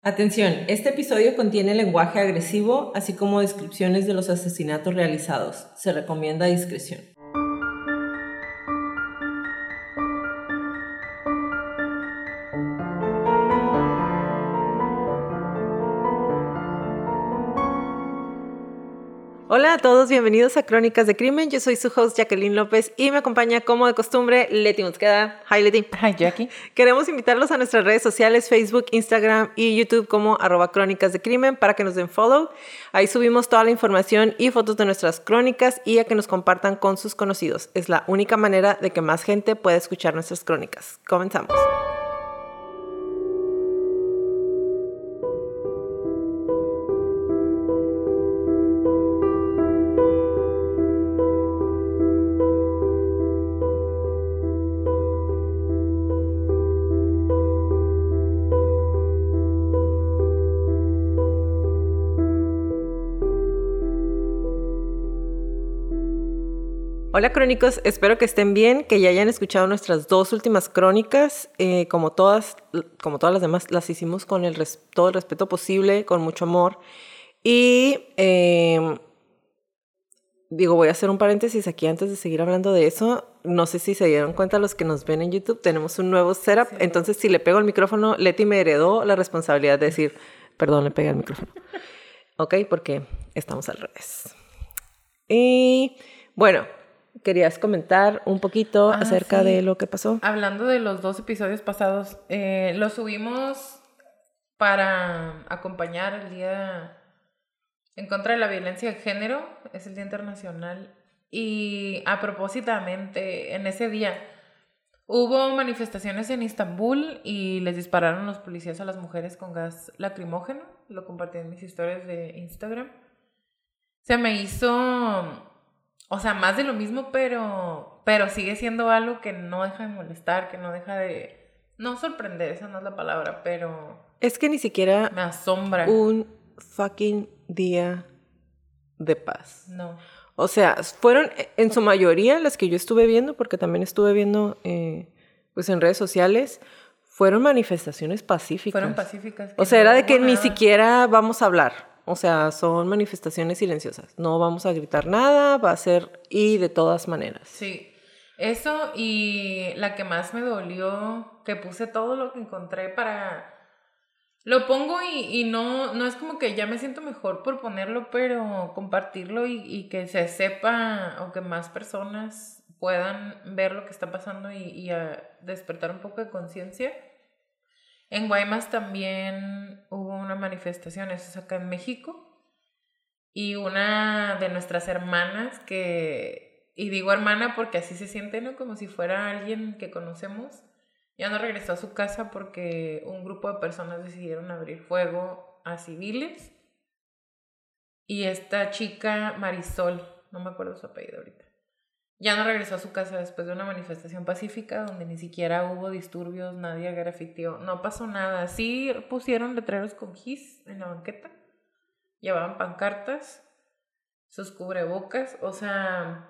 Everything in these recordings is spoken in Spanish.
Atención, este episodio contiene lenguaje agresivo, así como descripciones de los asesinatos realizados. Se recomienda discreción. Hola a todos, bienvenidos a Crónicas de Crimen. Yo soy su host Jacqueline López y me acompaña como de costumbre Leti Mosqueda. Hi Leti. Hi Jackie. Queremos invitarlos a nuestras redes sociales, Facebook, Instagram y YouTube como @Crónicas de Crimen para que nos den follow. Ahí subimos toda la información y fotos de nuestras crónicas y a que nos compartan con sus conocidos. Es la única manera de que más gente pueda escuchar nuestras crónicas. Comenzamos. Hola crónicos, espero que estén bien, que ya hayan escuchado nuestras dos últimas crónicas. Como todas las demás, las hicimos con todo el respeto posible, con mucho amor. Y voy a hacer un paréntesis aquí antes de seguir hablando de eso. No sé si se dieron cuenta los que nos ven en YouTube, tenemos un nuevo setup. Sí. Entonces, si le pego el micrófono, Leti me heredó la responsabilidad de decir, perdón, le pegué el micrófono. Ok, porque estamos al revés. Y bueno, ¿querías comentar un poquito acerca de lo que pasó? Hablando de los 2 episodios pasados, los subimos para acompañar el Día en contra de la violencia de género, es el Día Internacional, y a propósitamente en ese día hubo manifestaciones en Istambul y les dispararon los policías a las mujeres con gas lacrimógeno. Lo compartí en mis historias de Instagram. Se me hizo, o sea, más de lo mismo, pero sigue siendo algo que no deja de molestar, que no deja de, no sorprender, esa no es la palabra, pero es que ni siquiera me asombra un fucking día de paz. No. O sea, fueron en su mayoría las que yo estuve viendo, porque también estuve viendo pues en redes sociales, fueron manifestaciones pacíficas. Fueron pacíficas. O sea, era de que ni siquiera vamos a hablar. O sea, son manifestaciones silenciosas. No vamos a gritar nada, va a ser y de todas maneras. Sí, eso, y la que más me dolió, que puse todo lo que encontré para... Lo pongo y no es como que ya me siento mejor por ponerlo, pero compartirlo y que se sepa o que más personas puedan ver lo que está pasando y despertar un poco de conciencia. En Guaymas también hubo una manifestación, eso es acá en México, y una de nuestras hermanas y digo hermana porque así se siente, ¿no? Como si fuera alguien que conocemos, ya no regresó a su casa porque un grupo de personas decidieron abrir fuego a civiles. Y esta chica, Marisol, no me acuerdo su apellido ahorita, ya no regresó a su casa después de una manifestación pacífica donde ni siquiera hubo disturbios, nadie grafiteó, no pasó nada. Sí pusieron letreros con gis en la banqueta, llevaban pancartas, sus cubrebocas, o sea...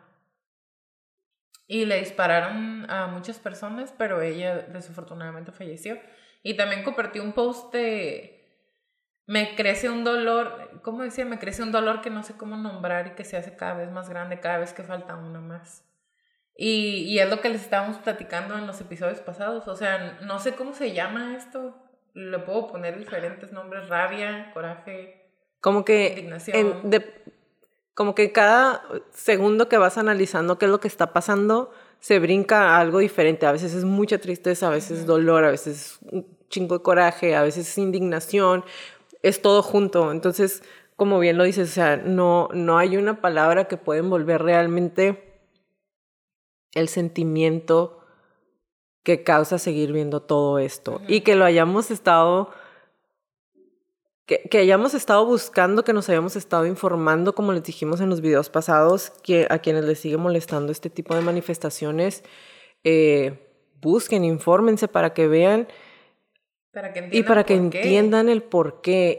Y le dispararon a muchas personas, pero ella desafortunadamente falleció. Y también compartió un post de... Me crece un dolor, ¿cómo decía? Me crece un dolor que no sé cómo nombrar y que se hace cada vez más grande, cada vez que falta una más. Y es lo que les estábamos platicando en los episodios pasados. O sea, no sé cómo se llama esto. Le puedo poner diferentes nombres: rabia, coraje, como que indignación. Como que cada segundo que vas analizando qué es lo que está pasando, se brinca a algo diferente. A veces es mucha tristeza, a veces es dolor, a veces es un chingo de coraje, a veces es indignación. Es todo junto. Entonces, como bien lo dices, o sea, no hay una palabra que pueda envolver realmente el sentimiento que causa seguir viendo todo esto. Uh-huh. Y que lo hayamos estado... Que hayamos estado buscando, que nos hayamos estado informando, como les dijimos en los videos pasados, que a quienes les sigue molestando este tipo de manifestaciones, busquen, infórmense para que vean y para que entiendan el porqué.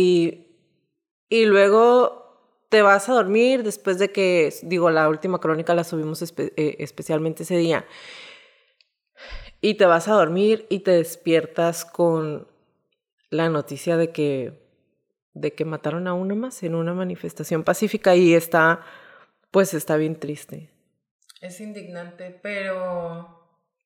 Y luego te vas a dormir después de que, la última crónica la subimos especialmente ese día, y te vas a dormir y te despiertas con la noticia de que mataron a una más en una manifestación pacífica y está bien triste. Es indignante, pero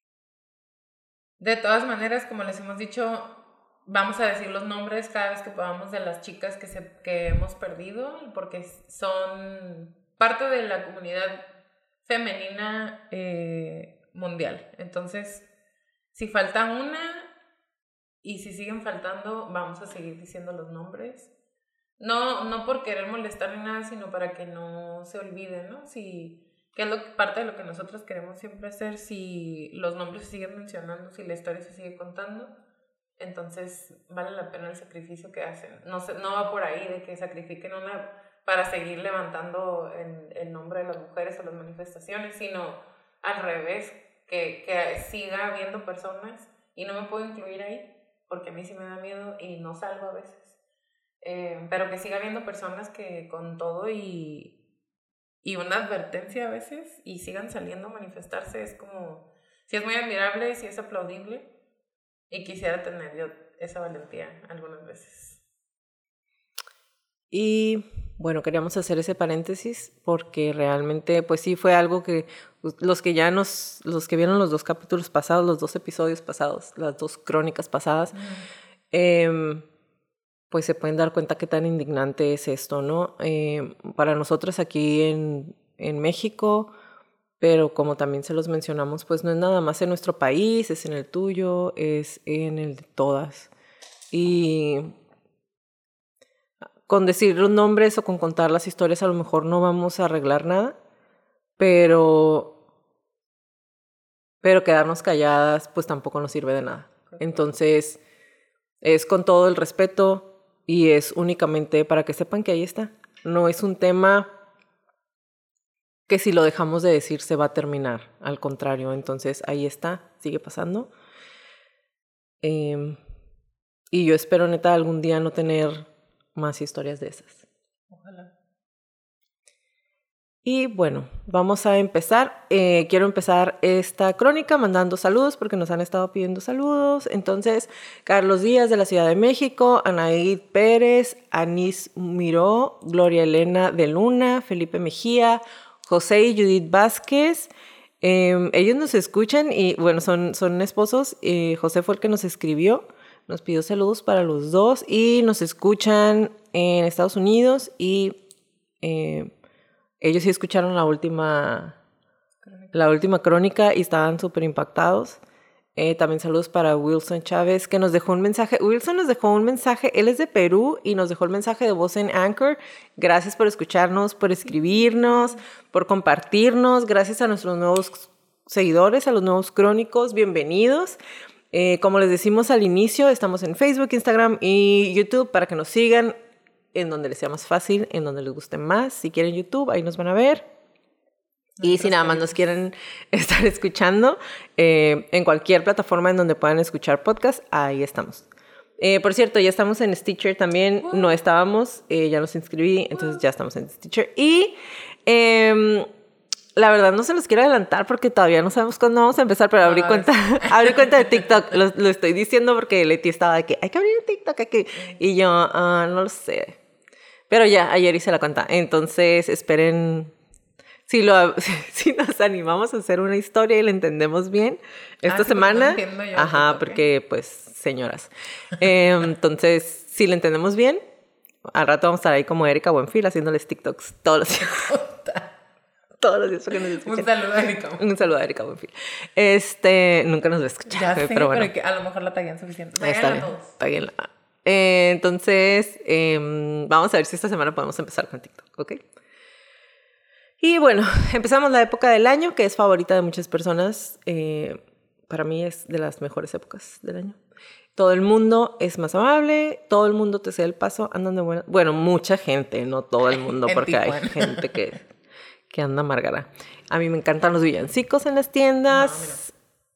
de todas maneras, como les hemos dicho, vamos a decir los nombres cada vez que podamos de las chicas que hemos perdido, porque son parte de la comunidad femenina mundial. Entonces, si falta una y si siguen faltando, vamos a seguir diciendo los nombres. No por querer molestar ni nada, sino para que no se olvide, ¿no? Que es parte de lo que nosotros queremos siempre hacer. Si los nombres se siguen mencionando, si la historia se sigue contando, entonces vale la pena el sacrificio que hacen. No va por ahí de que sacrifiquen una para seguir levantando el nombre de las mujeres o las manifestaciones, sino al revés, que siga habiendo personas, y no me puedo incluir ahí porque a mí sí me da miedo y no salgo a veces, pero que siga habiendo personas que con todo y una advertencia a veces y sigan saliendo a manifestarse. Es como, sí es muy admirable, sí es aplaudible, y quisiera tener yo esa valentía algunas veces. Y bueno, queríamos hacer ese paréntesis porque realmente pues sí fue algo que los que vieron los 2 capítulos pasados, los 2 episodios pasados, las 2 crónicas pasadas, pues se pueden dar cuenta qué tan indignante es esto, ¿no? Para nosotros aquí en México, pero como también se los mencionamos, pues no es nada más en nuestro país, es en el tuyo, es en el de todas. Y con decir los nombres o con contar las historias a lo mejor no vamos a arreglar nada, pero quedarnos calladas pues tampoco nos sirve de nada. Entonces es con todo el respeto y es únicamente para que sepan que ahí está. No es un tema que si lo dejamos de decir se va a terminar, al contrario. Entonces ahí está, sigue pasando. Y yo espero neta algún día no tener más historias de esas. Ojalá. Y bueno, vamos a empezar. Quiero empezar esta crónica mandando saludos porque nos han estado pidiendo saludos. Entonces, Carlos Díaz de la Ciudad de México, Anaid Pérez, Anís Miró, Gloria Elena de Luna, Felipe Mejía, José y Judith Vázquez. Ellos nos escuchan y bueno, son esposos. José fue el que nos escribió. Nos pidió saludos para los dos y nos escuchan en Estados Unidos y ellos sí escucharon la última crónica y estaban súper impactados. También saludos para Wilson Chávez, que nos dejó un mensaje. Wilson nos dejó un mensaje, él es de Perú y nos dejó el mensaje de voz en Anchor. Gracias por escucharnos, por escribirnos, por compartirnos. Gracias a nuestros nuevos seguidores, a los nuevos crónicos, bienvenidos. Como les decimos al inicio, estamos en Facebook, Instagram y YouTube para que nos sigan en donde les sea más fácil, en donde les guste más. Si quieren YouTube, ahí nos van a ver. Y si nada más nos quieren estar escuchando, en cualquier plataforma en donde puedan escuchar podcast, ahí estamos. Por cierto, ya estamos en Stitcher también. No estábamos, ya nos inscribí, entonces ya estamos en Stitcher. Y la verdad no se los quiero adelantar porque todavía no sabemos cuándo vamos a empezar, pero abrí cuenta de TikTok. Lo estoy diciendo porque Leti estaba de que hay que abrir un TikTok aquí. Y yo, no lo sé. Pero ya, ayer hice la cuenta. Entonces, esperen. Si nos animamos a hacer una historia y la entendemos bien esta semana. No entiendo yo. Ajá, porque pues, señoras. Entonces, si la entendemos bien, al rato vamos a estar ahí como Erika Buenfil haciéndoles TikToks todos los días. Todos los días porque nos escuchan. Un saludo a Erika. Un saludo a Erika Buenfil. Nunca nos va a escuchar. Ya sé, pero bueno. pero que a lo mejor la taguean suficiente. Está bien, taguenla. Entonces, vamos a ver si esta semana podemos empezar con TikTok, ¿ok? Y bueno, empezamos la época del año, que es favorita de muchas personas. Para mí es de las mejores épocas del año. Todo el mundo es más amable, todo el mundo te cede el paso, andan de buena. Bueno, mucha gente, no todo el mundo, porque hay gente que anda amargada. A mí me encantan los villancicos en las tiendas.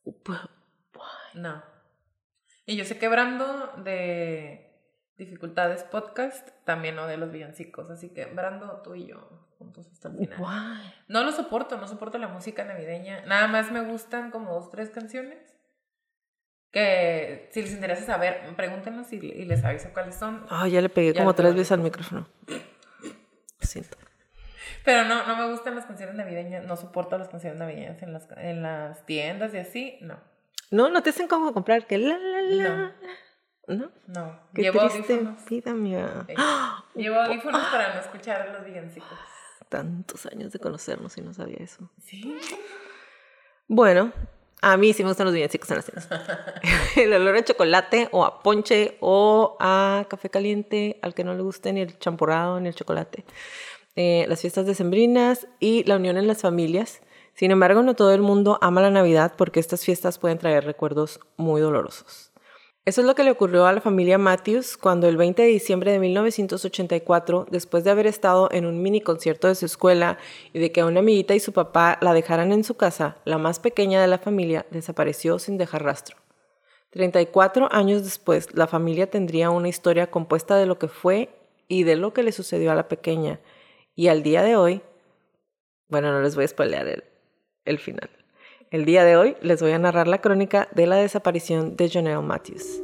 No. Y yo sé que Brando de Dificultades Podcast también odia los villancicos, así que Brando, tú y yo juntos hasta el final. Why? No lo soporto, no soporto la música navideña. Nada más me gustan como 2, 3 canciones. que si les interesa saber, pregúntenos y les aviso cuáles son. Ya le pegué como 3 veces al micrófono. Lo siento. Pero no me gustan las canciones navideñas, no soporto las canciones navideñas en las tiendas y así, no. No te hacen como comprar que la. ¿No? No. Qué Llevo triste audífonos. vida, amiga. Sí. Llevo audífonos para no escuchar los villancicos. Tantos años de conocernos y no sabía eso. Sí. Bueno, a mí sí me gustan los villancicos en las cenas. El olor a chocolate o a ponche o a café caliente, al que no le guste ni el champurrado ni el chocolate. Las fiestas decembrinas y la unión en las familias. Sin embargo, no todo el mundo ama la Navidad porque estas fiestas pueden traer recuerdos muy dolorosos. Eso es lo que le ocurrió a la familia Matthews cuando el 20 de diciembre de 1984, después de haber estado en un mini concierto de su escuela y de que una amiguita y su papá la dejaran en su casa, la más pequeña de la familia desapareció sin dejar rastro. 34 años después, la familia tendría una historia compuesta de lo que fue y de lo que le sucedió a la pequeña. Y al día de hoy, bueno, no les voy a spoilear el final. El día de hoy les voy a narrar la crónica de la desaparición de Jonelle Matthews.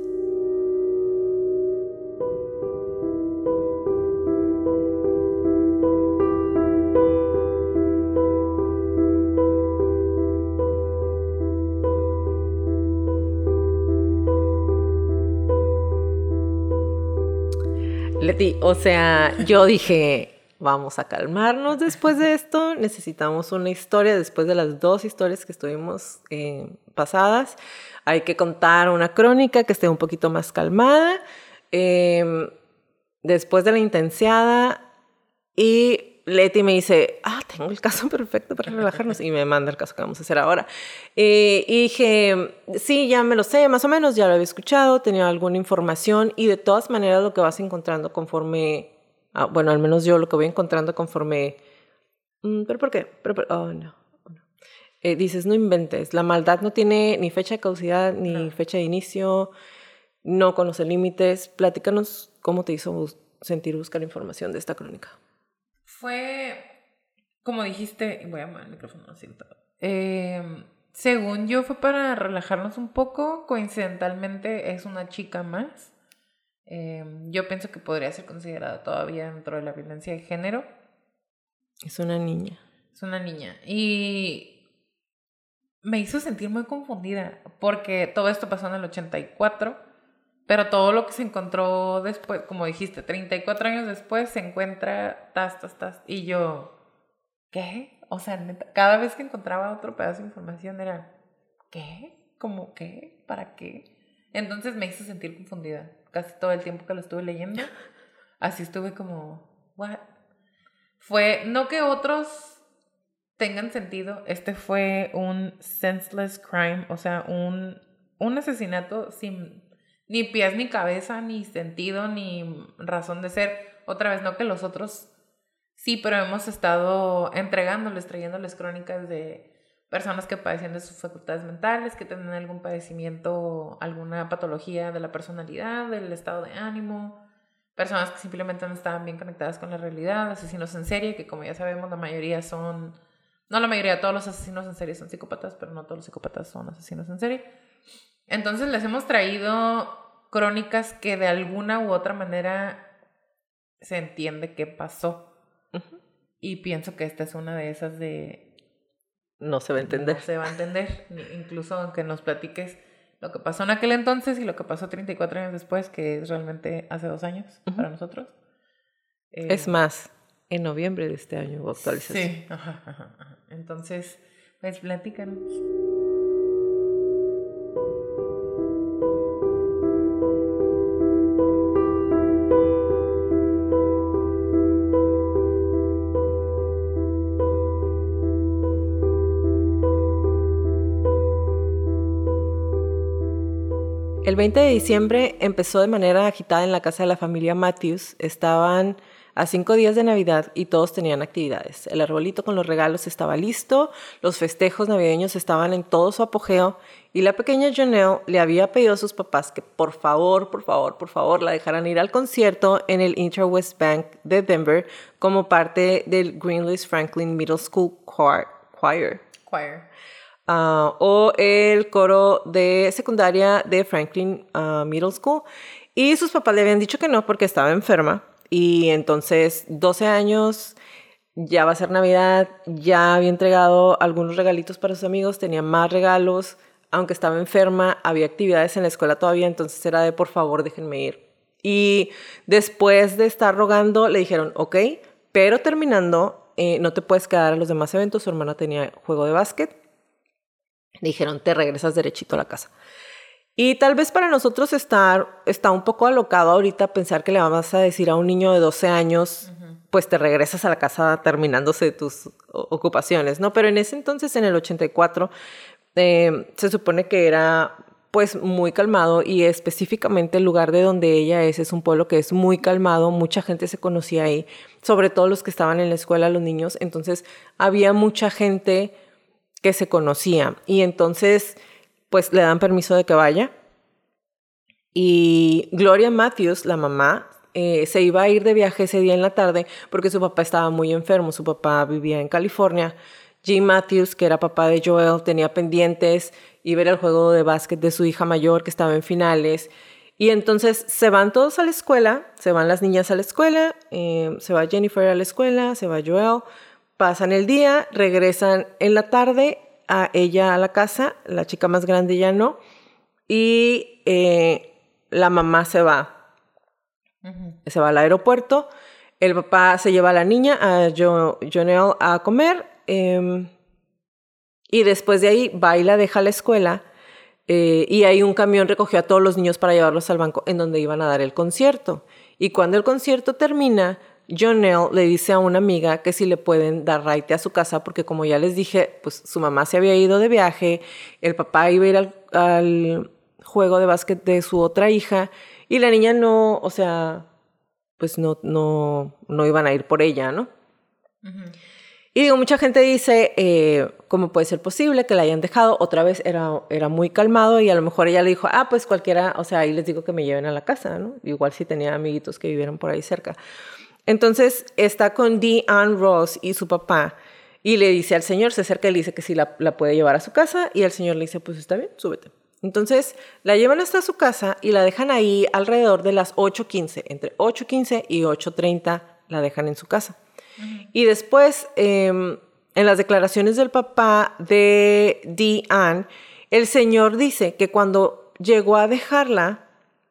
Leti, o sea, yo dije, vamos a calmarnos después de esto, necesitamos una historia después de las 2 historias que estuvimos pasadas, hay que contar una crónica que esté un poquito más calmada, después de la intensiada, y Leti me dice, tengo el caso perfecto para relajarnos, y me manda el caso que vamos a hacer ahora. Y dije, sí, ya me lo sé, más o menos, ya lo había escuchado, tenía alguna información, y de todas maneras lo que vas encontrando conforme, bueno, al menos yo lo que voy encontrando conforme, ¿pero por qué? No. Dices, no inventes, la maldad no tiene ni fecha de caducidad, ni fecha de inicio, no conoce límites. Platícanos cómo te hizo sentir buscar información de esta crónica. Fue, como dijiste, voy a mover el micrófono así todo. Según yo, fue para relajarnos un poco. Coincidentalmente es una chica más. Yo pienso que podría ser considerada todavía dentro de la violencia de género. Es una niña. Es una niña. Y me hizo sentir muy confundida porque todo esto pasó en el 84, pero todo lo que se encontró después, como dijiste, 34 años después se encuentra tas. Y yo, ¿qué? O sea, neta, cada vez que encontraba otro pedazo de información era, ¿qué? ¿Cómo qué? ¿Para qué? Entonces me hizo sentir confundida. Casi todo el tiempo que lo estuve leyendo, así estuve como, ¿what? Fue, no que otros tengan sentido, este fue un senseless crime, o sea, un asesinato sin ni pies ni cabeza, ni sentido, ni razón de ser. Otra vez, no que los otros sí, pero hemos estado trayéndoles crónicas de personas que padecían de sus facultades mentales, que tenían algún padecimiento, alguna patología de la personalidad, del estado de ánimo, personas que simplemente no estaban bien conectadas con la realidad, asesinos en serie, que como ya sabemos, todos los asesinos en serie son psicópatas, pero no todos los psicópatas son asesinos en serie. Entonces les hemos traído crónicas que de alguna u otra manera se entiende qué pasó. Uh-huh. Y pienso que esta es una de esas de... No se va a entender. No se va a entender, incluso aunque nos platiques lo que pasó en aquel entonces y lo que pasó 34 años después, que es realmente hace 2 años uh-huh. para nosotros. Es más, en noviembre de este año hubo actualización. Sí, ajá. Entonces, pues platícanos. El 20 de diciembre empezó de manera agitada en la casa de la familia Matthews. Estaban a 5 días de Navidad y todos tenían actividades. El arbolito con los regalos estaba listo, los festejos navideños estaban en todo su apogeo y la pequeña Jonelle le había pedido a sus papás que por favor la dejaran ir al concierto en el Interwest Bank de Denver como parte del Greenleaf Franklin Middle School Choir. o el coro de secundaria de Franklin Middle School. Y sus papás le habían dicho que no porque estaba enferma. Y entonces, 12 años, ya va a ser Navidad, ya había entregado algunos regalitos para sus amigos, tenía más regalos, aunque estaba enferma, había actividades en la escuela todavía, entonces era de por favor déjenme ir. Y después de estar rogando, le dijeron, ok, pero terminando, no te puedes quedar a los demás eventos, su hermana tenía juego de básquet. Le dijeron, te regresas derechito a la casa. Y tal vez para nosotros está un poco alocado ahorita pensar que le vas a decir a un niño de 12 años, pues te regresas a la casa terminándose tus ocupaciones, ¿no? Pero en ese entonces, en el 84, se supone que era pues muy calmado y específicamente el lugar de donde ella es un pueblo que es muy calmado, mucha gente se conocía ahí, sobre todo los que estaban en la escuela, los niños, entonces había mucha gente que se conocía y entonces pues le dan permiso de que vaya y Gloria Matthews, la mamá, se iba a ir de viaje ese día en la tarde porque su papá estaba muy enfermo, su papá vivía en California. Jim Matthews, que era papá de Joel, tenía pendientes y ver el juego de básquet de su hija mayor que estaba en finales. Y entonces se van todos a la escuela, se van las niñas a la escuela, se va Jennifer a la escuela, se va Joel, pasan el día, regresan en la tarde a ella a la casa, la chica más grande ya no, y la mamá se va al aeropuerto, el papá se lleva a la niña, a Jonelle, a comer, y después de ahí va y la deja a la escuela y ahí un camión recogió a todos los niños para llevarlos al banco en donde iban a dar el concierto. Y cuando el concierto termina, Jonelle le dice a una amiga que si le pueden dar raite a su casa porque como ya les dije, pues su mamá se había ido de viaje, el papá iba a ir al juego de básquet de su otra hija y la niña no, o sea, pues no iban a ir por ella, ¿no? Y digo, mucha gente dice, ¿cómo puede ser posible que la hayan dejado? Otra vez era muy calmado y a lo mejor ella le dijo, pues cualquiera, o sea, ahí les digo que me lleven a la casa, ¿no? Igual si tenía amiguitos que vivieran por ahí cerca. Entonces está con Deanne Ross y su papá y le dice al señor, se acerca y le dice que sí la puede llevar a su casa y el señor le dice, pues está bien, súbete. Entonces la llevan hasta su casa y la dejan ahí alrededor de las 8:15, entre 8:15 y 8:30 la dejan en su casa. Y después, en las declaraciones del papá de Deanne, el señor dice que cuando llegó a dejarla,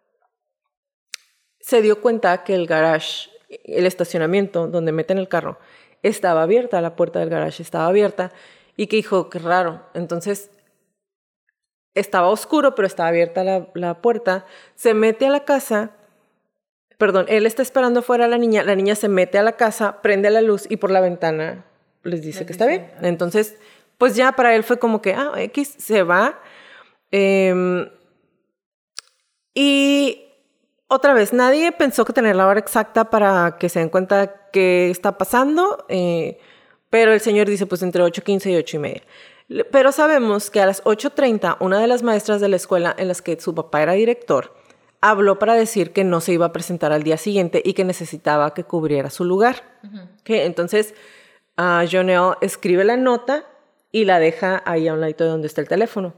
se dio cuenta que el garage, el estacionamiento donde meten el carro, estaba abierta, la puerta del garage estaba abierta, y que dijo, qué raro. Entonces, estaba oscuro, pero estaba abierta la puerta, se mete a la casa. Perdón, él está esperando afuera a la niña se mete a la casa, prende la luz y por la ventana les dice que está bien. Entonces, pues ya para él fue como que, X, se va. Y otra vez, nadie pensó que tener la hora exacta para que se den cuenta qué está pasando, pero el señor dice pues entre 8:15 y 8:30. Pero sabemos que a las 8:30, una de las maestras de la escuela en las que su papá era director, habló para decir que no se iba a presentar al día siguiente y que necesitaba que cubriera su lugar. Entonces, Jonelle escribe la nota y la deja ahí a un ladito de donde está el teléfono.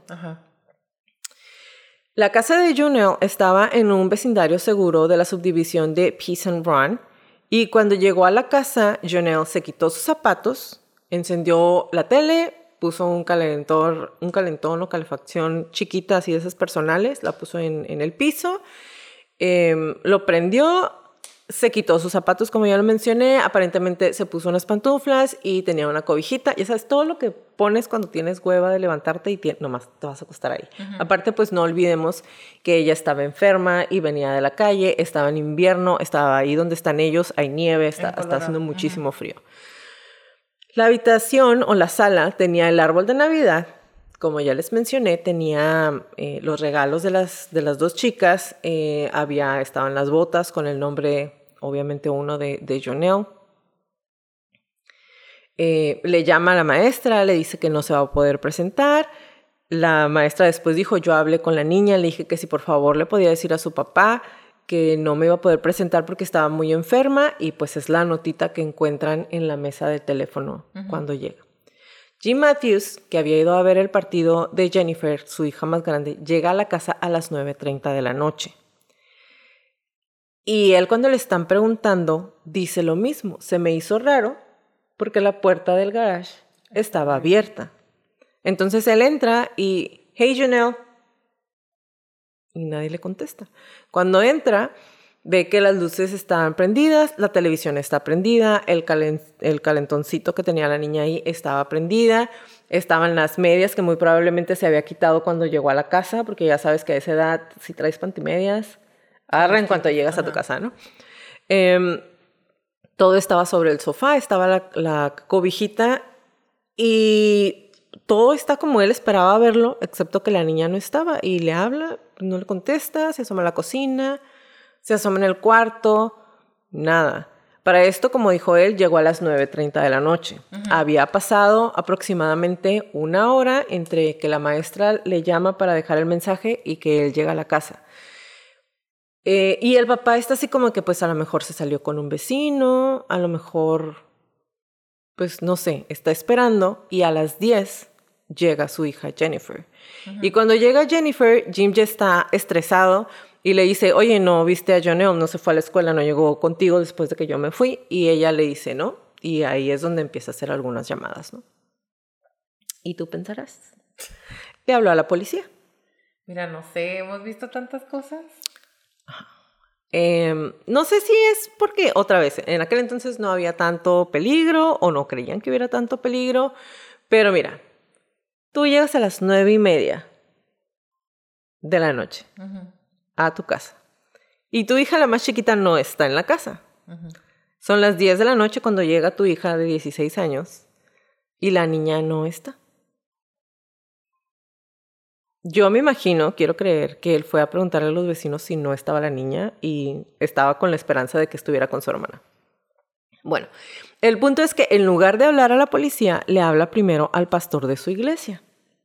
La casa de Jonelle estaba en un vecindario seguro de la subdivisión de Peace and Run y cuando llegó a la casa, Jonelle se quitó sus zapatos, encendió la tele, puso un calentón o calefacción chiquita, así de esas personales, la puso en el piso, lo prendió, se quitó sus zapatos, como ya lo mencioné, aparentemente se puso unas pantuflas y tenía una cobijita, ya sabes, todo lo que pones cuando tienes hueva de levantarte y nomás te vas a acostar ahí. Aparte, pues no olvidemos que ella estaba enferma y venía de la calle, estaba en invierno, estaba ahí donde están ellos, hay nieve, está haciendo muchísimo frío. La habitación o la sala tenía el árbol de Navidad, como ya les mencioné, tenía los regalos de las dos chicas, estaban las botas con el nombre, obviamente uno de Jonelle. Le llama a la maestra, le dice que no se va a poder presentar. La maestra después dijo, yo hablé con la niña, le dije que si por favor le podía decir a su papá que no me iba a poder presentar porque estaba muy enferma y pues es la notita que encuentran en la mesa de teléfono cuando llega. Jim Matthews, que había ido a ver el partido de Jennifer, su hija más grande, llega a la casa a las 9:30 de la noche. Y él, cuando le están preguntando, dice lo mismo. Se me hizo raro porque la puerta del garage estaba abierta. Entonces él entra y, hey Janelle, y nadie le contesta. Cuando entra, ve que las luces estaban prendidas, la televisión está prendida, el calentoncito que tenía la niña ahí estaba prendida, estaban las medias que muy probablemente se había quitado cuando llegó a la casa, porque ya sabes que a esa edad, si traes pantimedias, agarra en cuanto llegas a tu casa, ¿no? Todo estaba sobre el sofá, estaba la cobijita y todo está como él esperaba verlo, excepto que la niña no estaba y le habla, no le contesta, se asoma a la cocina, se asoma en el cuarto, nada. Para esto, como dijo él, llegó a las 9:30 de la noche. Había pasado aproximadamente 1 hora entre que la maestra le llama para dejar el mensaje y que él llega a la casa. Y el papá está así como que pues a lo mejor se salió con un vecino, a lo mejor, pues no sé, está esperando y a las 10 llega su hija Jennifer. Y cuando llega Jennifer, Jim ya está estresado y le dice, oye, ¿no viste a Janelle? No se fue a la escuela, no llegó contigo después de que yo me fui. Y ella le dice, ¿no? Y ahí es donde empieza a hacer algunas llamadas, ¿no? Y tú pensarás, le habló a la policía. Mira, no sé, hemos visto tantas cosas. No sé si es porque, otra vez, en aquel entonces no había tanto peligro o no creían que hubiera tanto peligro, pero mira, tú llegas a las 9:30 de la noche a tu casa y tu hija, la más chiquita, no está en la casa. Son las 10 de la noche cuando llega tu hija de 16 años y la niña no está. Yo me imagino, quiero creer, que él fue a preguntarle a los vecinos si no estaba la niña y estaba con la esperanza de que estuviera con su hermana. Bueno, el punto es que en lugar de hablar a la policía, le habla primero al pastor de su iglesia.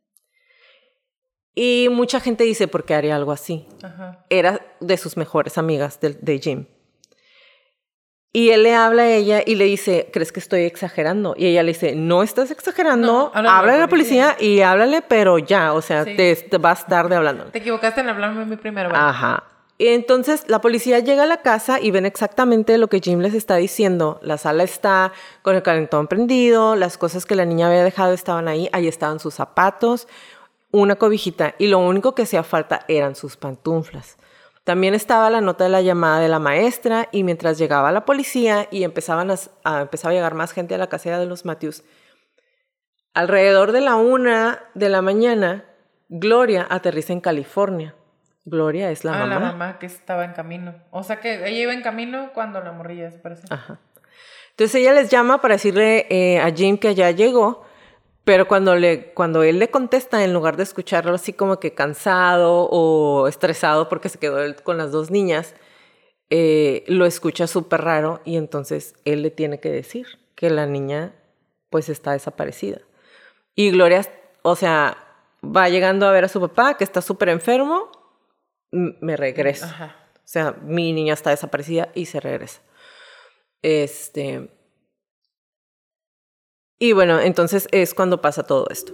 Y mucha gente dice, ¿por qué haría algo así? Era de sus mejores amigas de Jim. Y él le habla a ella y le dice, ¿crees que estoy exagerando? Y ella le dice, no estás exagerando, háblale a la policía y háblale, pero ya, o sea, sí. te vas tarde hablando. Te equivocaste en hablarme a mí primero. ¿Vale? Ajá. Y entonces la policía llega a la casa y ven exactamente lo que Jim les está diciendo. La sala está con el calentón prendido, las cosas que la niña había dejado estaban ahí estaban sus zapatos, una cobijita y lo único que hacía falta eran sus pantuflas. También estaba la nota de la llamada de la maestra y mientras llegaba la policía y empezaba a llegar más gente a la casera de los Matthews, alrededor de la 1 de la mañana, Gloria aterriza en California. Gloria es la mamá. La mamá que estaba en camino. O sea que ella iba en camino cuando la morrilla desapareció. Ajá. Entonces ella les llama para decirle a Jim que ya llegó. Pero cuando él le contesta, en lugar de escucharlo así como que cansado o estresado porque se quedó él con las 2 niñas, lo escucha súper raro y entonces él le tiene que decir que la niña pues está desaparecida. Y Gloria, o sea, va llegando a ver a su papá que está súper enfermo, me regreso. Ajá. O sea, mi niña está desaparecida y se regresa. Y bueno, entonces es cuando pasa todo esto.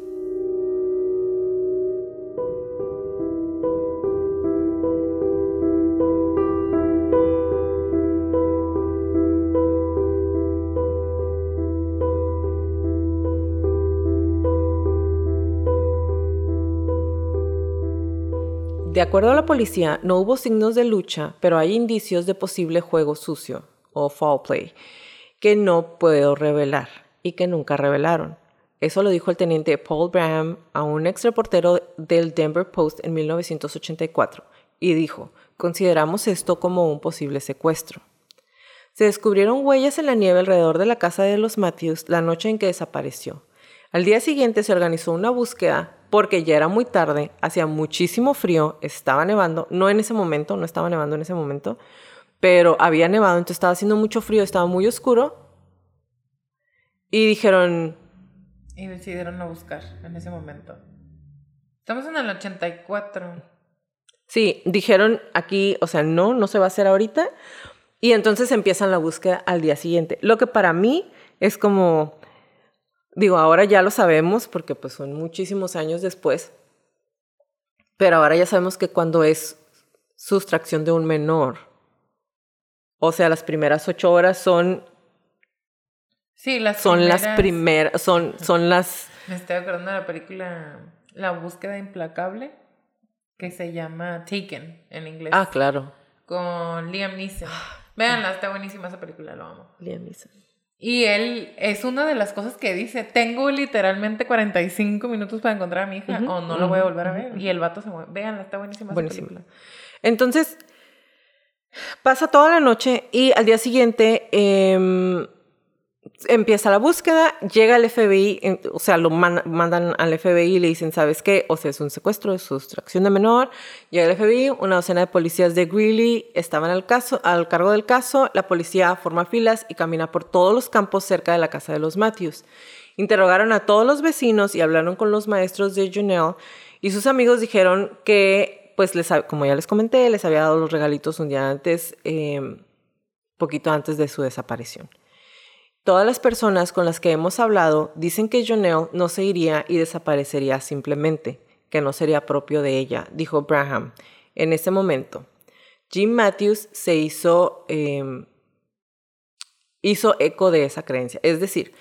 De acuerdo a la policía, no hubo signos de lucha, pero hay indicios de posible juego sucio o foul play que no puedo revelar y que nunca revelaron. Eso lo dijo el teniente Paul Graham a un ex reportero del Denver Post en 1984 y dijo, consideramos esto como un posible secuestro. Se descubrieron huellas en la nieve alrededor de la casa de los Matthews la noche en que desapareció. Al día siguiente se organizó una búsqueda porque ya era muy tarde, hacía muchísimo frío, estaba nevando, no estaba nevando en ese momento, pero había nevado, entonces estaba haciendo mucho frío, estaba muy oscuro. Y dijeron... Y decidieron no buscar en ese momento. Estamos en el 84. Sí, dijeron aquí, o sea, no se va a hacer ahorita. Y entonces empiezan la búsqueda al día siguiente. Lo que para mí es como... Digo, ahora ya lo sabemos porque pues son muchísimos años después, pero ahora ya sabemos que cuando es sustracción de un menor, o sea, las primeras 8 horas son Sí, las primeras, son las... Me estoy acordando de la película La búsqueda implacable, que se llama Taken en inglés. Ah, claro. Con Liam Neeson. Véanla, está buenísima esa película, lo amo. Liam Neeson. Y él, es una de las cosas que dice, tengo literalmente 45 minutos para encontrar a mi hija, o no lo voy a volver a ver. Y el vato se mueve. Véanla, está buenísima esa película. Entonces, pasa toda la noche y al día siguiente empieza la búsqueda, llega el FBI, o sea, lo mandan al FBI y le dicen, ¿sabes qué? O sea, es un secuestro, es sustracción de menor. Llega el FBI, una docena de policías de Greeley estaban al cargo del caso. La policía forma filas y camina por todos los campos cerca de la casa de los Matthews. Interrogaron a todos los vecinos y hablaron con los maestros de Jonelle, y sus amigos dijeron que, pues, como ya les comenté, les había dado los regalitos un día antes, poquito antes de su desaparición. Todas las personas con las que hemos hablado dicen que Jonelle no se iría y desaparecería simplemente, que no sería propio de ella, dijo Braham. En ese momento, Jim Matthews se hizo eco de esa creencia. Es decir,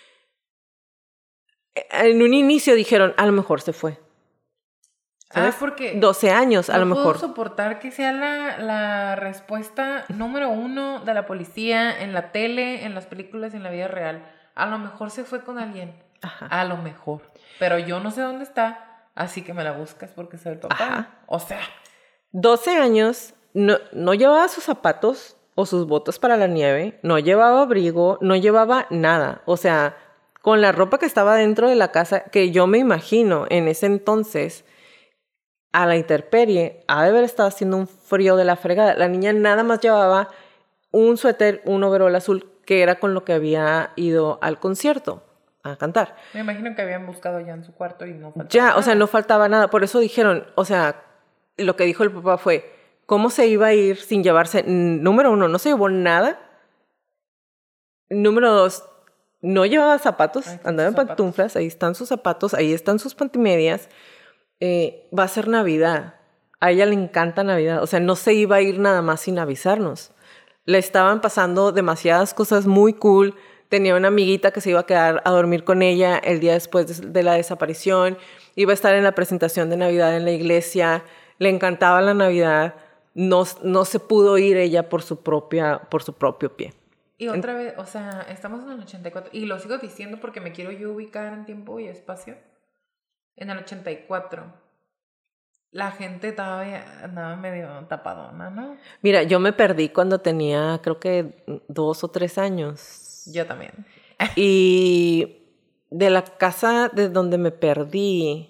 en un inicio dijeron, a lo mejor se fue. ¿Sabes? Porque 12 años, a lo mejor. No puedo soportar que sea la respuesta número 1 de la policía en la tele, en las películas y en la vida real. A lo mejor se fue con alguien. Ajá. A lo mejor. Pero yo no sé dónde está, así que me la buscas porque soy el papá. Ajá. O sea. 12 años, no llevaba sus zapatos o sus botas para la nieve, no llevaba abrigo, no llevaba nada. O sea, con la ropa que estaba dentro de la casa, que yo me imagino en ese entonces... a la intemperie, ha de haber estado haciendo un frío de la fregada. La niña nada más llevaba un suéter, un overol azul, que era con lo que había ido al concierto a cantar. Me imagino que habían buscado ya en su cuarto y no faltaba nada. O sea, no faltaba nada. Por eso dijeron, o sea, lo que dijo el papá fue, ¿cómo se iba a ir sin llevarse? Número 1, no se llevó nada. Número 2, no llevaba zapatos, andaba en pantuflas, ahí están sus zapatos, ahí están sus pantimedias. Va a ser Navidad. A ella le encanta Navidad. O sea, no se iba a ir nada más sin avisarnos. Le estaban pasando demasiadas cosas muy cool. Tenía una amiguita que se iba a quedar a dormir con ella el día después de la desaparición. Iba a estar en la presentación de Navidad en la iglesia. Le encantaba la Navidad. No se pudo ir ella por su propio pie. Y otra vez, o sea, estamos en el 84. Y lo sigo diciendo porque me quiero yo ubicar en tiempo y espacio. En el 84, la gente todavía andaba medio tapadona, ¿no? Mira, yo me perdí cuando tenía, creo que 2 o 3 años. Yo también. Y de la casa de donde me perdí,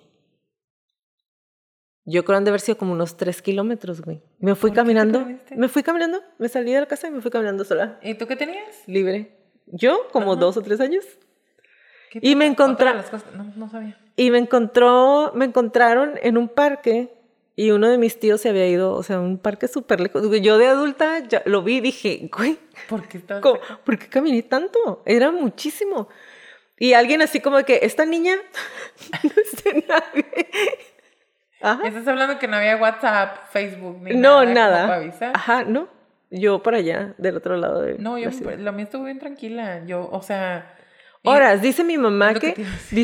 yo creo que han de haber sido como unos 3 kilómetros, güey. Me fui caminando, me salí de la casa y me fui caminando sola. ¿Y tú qué tenías? Libre. Yo, como 2 o 3 años. Y me encontraron. No sabía. Y me encontraron en un parque y uno de mis tíos se había ido, o sea, un parque súper lejos. Yo de adulta ya lo vi y dije, güey, ¿por qué caminé tanto? Era muchísimo. Y alguien así como de que, esta niña no es de nadie. Ajá. ¿Estás hablando que no había WhatsApp, Facebook, ni nada? Para avisar? Ajá, no. Yo para allá, del otro lado de No, la mía estuvo bien tranquila. Yo, o sea... Horas, dice mi mamá que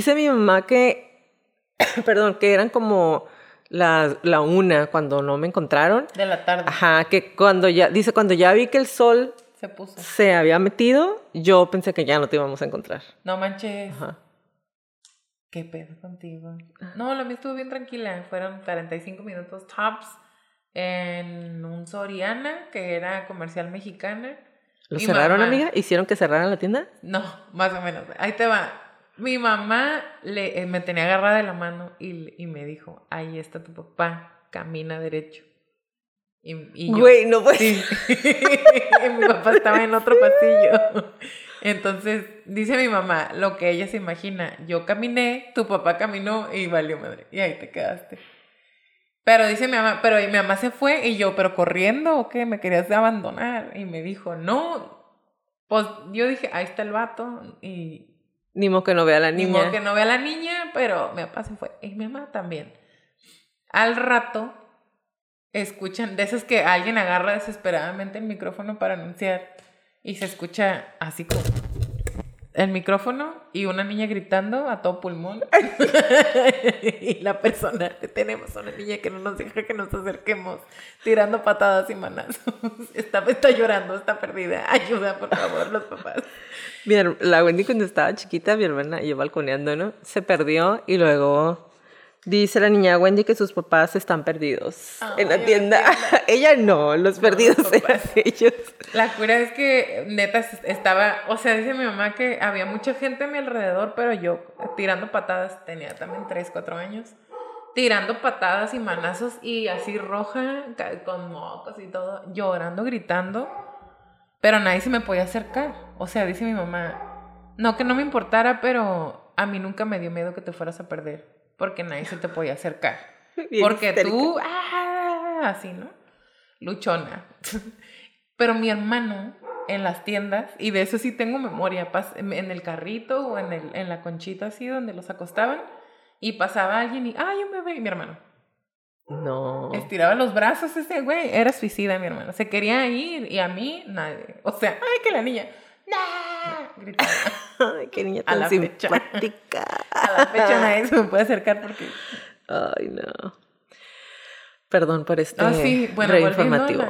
perdón, que eran como la 1 cuando no me encontraron. De la tarde. Ajá, que cuando ya vi que el sol se había metido, yo pensé que ya no te íbamos a encontrar. No manches. Ajá. ¿Qué pedo contigo? No, la mía estuvo bien tranquila. Fueron 45 minutos tops en un Soriana, que era comercial mexicana. ¿Lo cerraron, amiga? ¿Hicieron que cerraran la tienda? No, más o menos. Ahí te va. Mi mamá me tenía agarrada de la mano y me dijo, ahí está tu papá, camina derecho. Y güey, no puedes. Sí. Y mi papá estaba en otro pasillo. Entonces, dice mi mamá, lo que ella se imagina. Yo caminé, tu papá caminó y valió madre. Y ahí te quedaste. Pero dice mi mamá, pero mi mamá se fue y yo, ¿pero corriendo o qué? ¿Me querías abandonar? Y me dijo, no. Pues yo dije, ahí está el vato. Y Ni modo que no vea a la Ni niña. modo que no vea a la niña, pero mi papá se fue. Y mi mamá también. Al rato, escuchan, de esas que alguien agarra desesperadamente el micrófono para anunciar y se escucha así como el micrófono y una niña gritando a todo pulmón. Y la persona que tenemos, una niña que no nos deja que nos acerquemos, tirando patadas y manazos. Está llorando, está perdida. Ayuda, por favor, los papás. La Wendy cuando estaba chiquita, mi hermana, yo balconeando, ¿no? Se perdió y luego dice la niña Wendy que sus papás están perdidos en la tienda. Ella no, los perdidos eran ellos. La cura es que neta estaba, o sea, dice mi mamá que había mucha gente a mi alrededor, pero yo tirando patadas, tenía también 3, 4 años, tirando patadas y manazos y así roja, con mocos y todo, llorando, gritando, pero nadie se me podía acercar. O sea, dice mi mamá, no que no me importara, pero a mí nunca me dio miedo que te fueras a perder, porque nadie se te podía acercar. Bien porque histérica. Tú, así, ¿no? Luchona. Pero mi hermano en las tiendas, y de eso sí tengo memoria, en el carrito o en la conchita así donde los acostaban, y pasaba alguien y, yo me veo, y mi hermano. No. Estiraba los brazos ese güey, era suicida mi hermano, se quería ir y a mí nadie. O sea, que la niña, ¡nah! Gritaba. Ay, qué niña tan simpática. A la fecha nadie se me puede acercar porque... Ay, no. Perdón por este informativo.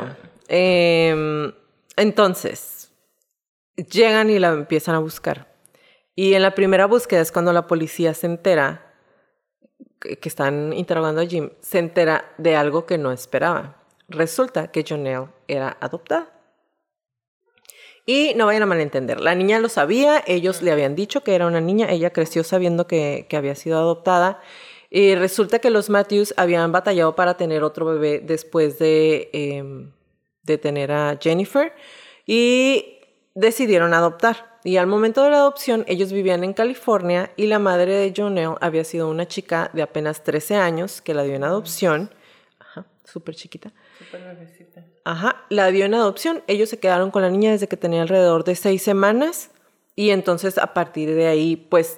Entonces, llegan y la empiezan a buscar. Y en la primera búsqueda es cuando la policía se entera que están interrogando a Jim, se entera de algo que no esperaba. Resulta que Jonelle era adoptada. Y no vayan a malentender, la niña lo sabía, ellos le habían dicho que era una niña, ella creció sabiendo que había sido adoptada. Y resulta que los Matthews habían batallado para tener otro bebé después de tener a Jennifer y decidieron adoptar. Y al momento de la adopción, ellos vivían en California y la madre de Jonelle había sido una chica de apenas 13 años que la dio en adopción. Ajá, súper chiquita. Súper bebecita. Ajá, la dio en adopción. Ellos se quedaron con la niña desde que tenía alrededor de 6 semanas y entonces a partir de ahí, pues,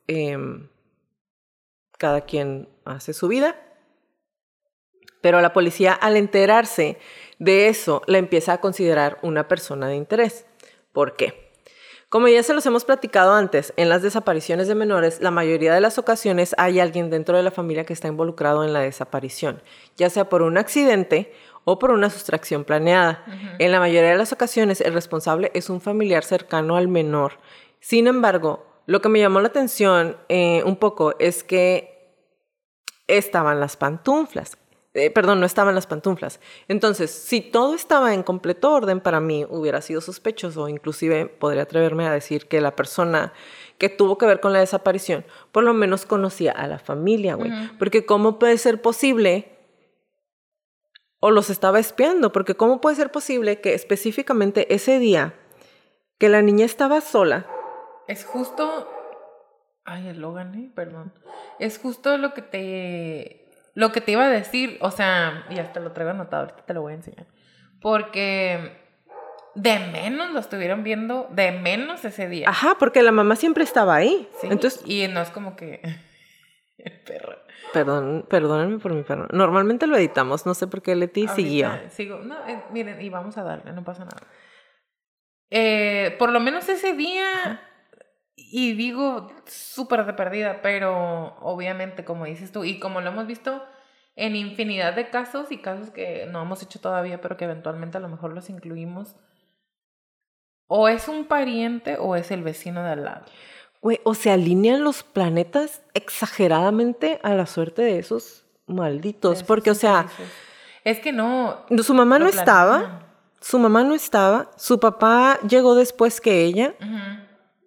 cada quien hace su vida. Pero la policía, al enterarse de eso, la empieza a considerar una persona de interés. ¿Por qué? Como ya se los hemos platicado antes, en las desapariciones de menores, la mayoría de las ocasiones hay alguien dentro de la familia que está involucrado en la desaparición, ya sea por un accidente o por una sustracción planeada. Uh-huh. En la mayoría de las ocasiones, el responsable es un familiar cercano al menor. Sin embargo, lo que me llamó la atención un poco es que estaban las pantuflas. No estaban las pantuflas. Entonces, si todo estaba en completo orden, para mí hubiera sido sospechoso. Inclusive podría atreverme a decir que la persona que tuvo que ver con la desaparición por lo menos conocía a la familia, güey. Uh-huh. Porque ¿cómo puede ser posible? O los estaba espiando, porque ¿cómo puede ser posible que específicamente ese día que la niña estaba sola? Es justo... el Logan, perdón. Es justo lo que te iba a decir, o sea, y hasta lo traigo anotado, ahorita te lo voy a enseñar. Porque de menos lo estuvieron viendo, de menos ese día. Ajá, porque la mamá siempre estaba ahí. Sí, entonces, y no es como que... perro. Perdónenme por mi perro. Normalmente lo editamos, no sé por qué Leti siguió. Sigo. No, miren, y vamos a darle, no pasa nada. Por lo menos ese día... Ajá. Y digo, súper de perdida, pero obviamente, como dices tú, y como lo hemos visto en infinidad de casos y casos que no hemos hecho todavía, pero que eventualmente a lo mejor los incluimos, o es un pariente o es el vecino de al lado. Güey, o se alinean los planetas exageradamente a la suerte de esos malditos, porque, o sea... Es que no... Su mamá no estaba, su papá llegó después que ella... Uh-huh.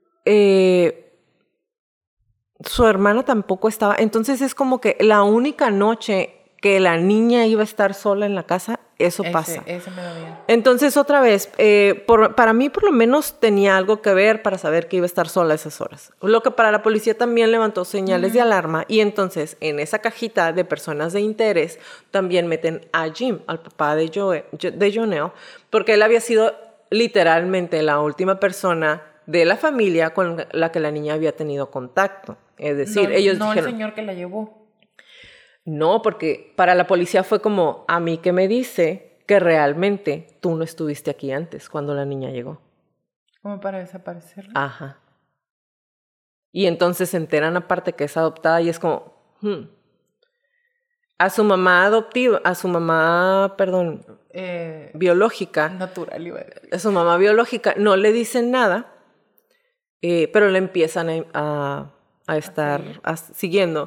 Su hermana tampoco estaba. Entonces es como que la única noche que la niña iba a estar sola en la casa, eso pasa. Ese me lo vi. Entonces otra vez, para mí por lo menos tenía algo que ver para saber que iba a estar sola a esas horas. Lo que para la policía también levantó señales de alarma. Y entonces en esa cajita de personas de interés también meten a Jim, al papá de Jonelle, porque él había sido literalmente la última persona de la familia con la que la niña había tenido contacto. Es decir, ellos no dijeron... el señor que la llevó. No, porque para la policía fue como, a mí que me dice que realmente tú no estuviste aquí antes cuando la niña llegó. Como para desaparecerla. Ajá. Y entonces se enteran aparte que es adoptada y es como... A su mamá adoptiva, biológica. Natural, iba a decir. A su mamá biológica no le dicen nada, pero le empiezan a estar siguiendo.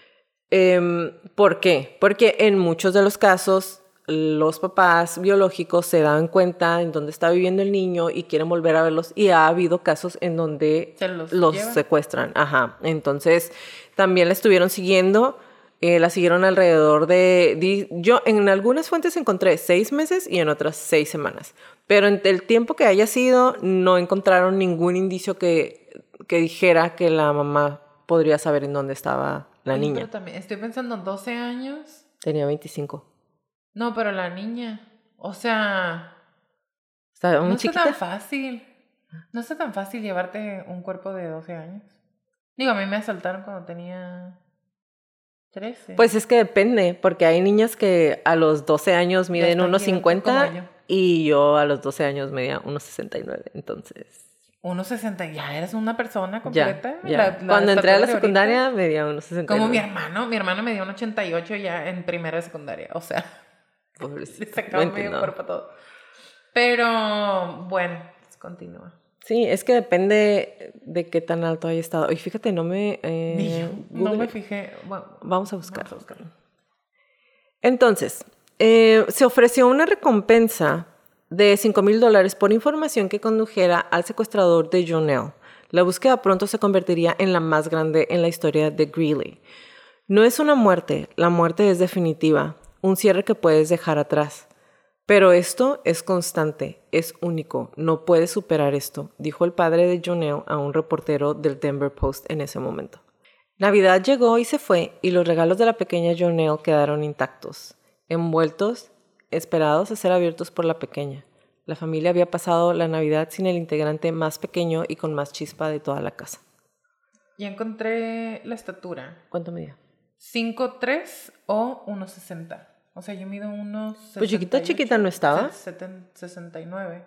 ¿Por qué? Porque en muchos de los casos los papás biológicos se dan cuenta en dónde está viviendo el niño y quieren volver a verlos, y ha habido casos en donde los secuestran. Ajá. Entonces también la estuvieron siguiendo. La siguieron alrededor yo en algunas fuentes encontré 6 meses y en otras 6 semanas. Pero en el tiempo que haya sido, no encontraron ningún indicio que dijera que la mamá podría saber en dónde estaba la niña. Pero también estoy pensando, 12 años. Tenía 25. No, pero la niña, o sea... Estaba muy chiquita. No está tan fácil. No está tan fácil llevarte un cuerpo de 12 años. Digo, a mí me asaltaron cuando tenía... 13. Pues es que depende, porque hay niñas que a los 12 años miden 1.50 y yo a los 12 años medía 1.69, entonces... 1.60, ya eres una persona completa. Ya. Cuando entré a la secundaria medía 1.69. Como mi hermano medía 1.88 ya en primera de secundaria, o sea... Pobrecito. Le sacaba medio cuerpo a todo. Pero, bueno, pues continúa. Sí, es que depende de qué tan alto haya estado. Y fíjate, no me fijé. Bueno, vamos a buscarlo. Entonces, se ofreció una recompensa de $5,000 por información que condujera al secuestrador de Jonelle. La búsqueda pronto se convertiría en la más grande en la historia de Greeley. No es una muerte, la muerte es definitiva, un cierre que puedes dejar atrás. Pero esto es constante, es único, no puedes superar esto, dijo el padre de Jonelle a un reportero del Denver Post en ese momento. Navidad llegó y se fue, y los regalos de la pequeña Jonelle quedaron intactos, envueltos, esperados a ser abiertos por la pequeña. La familia había pasado la Navidad sin el integrante más pequeño y con más chispa de toda la casa. Ya encontré la estatura. ¿Cuánto medía? 5'3" o 1.60. O sea, yo mido 1.68. Pues chiquita no estaba. 69.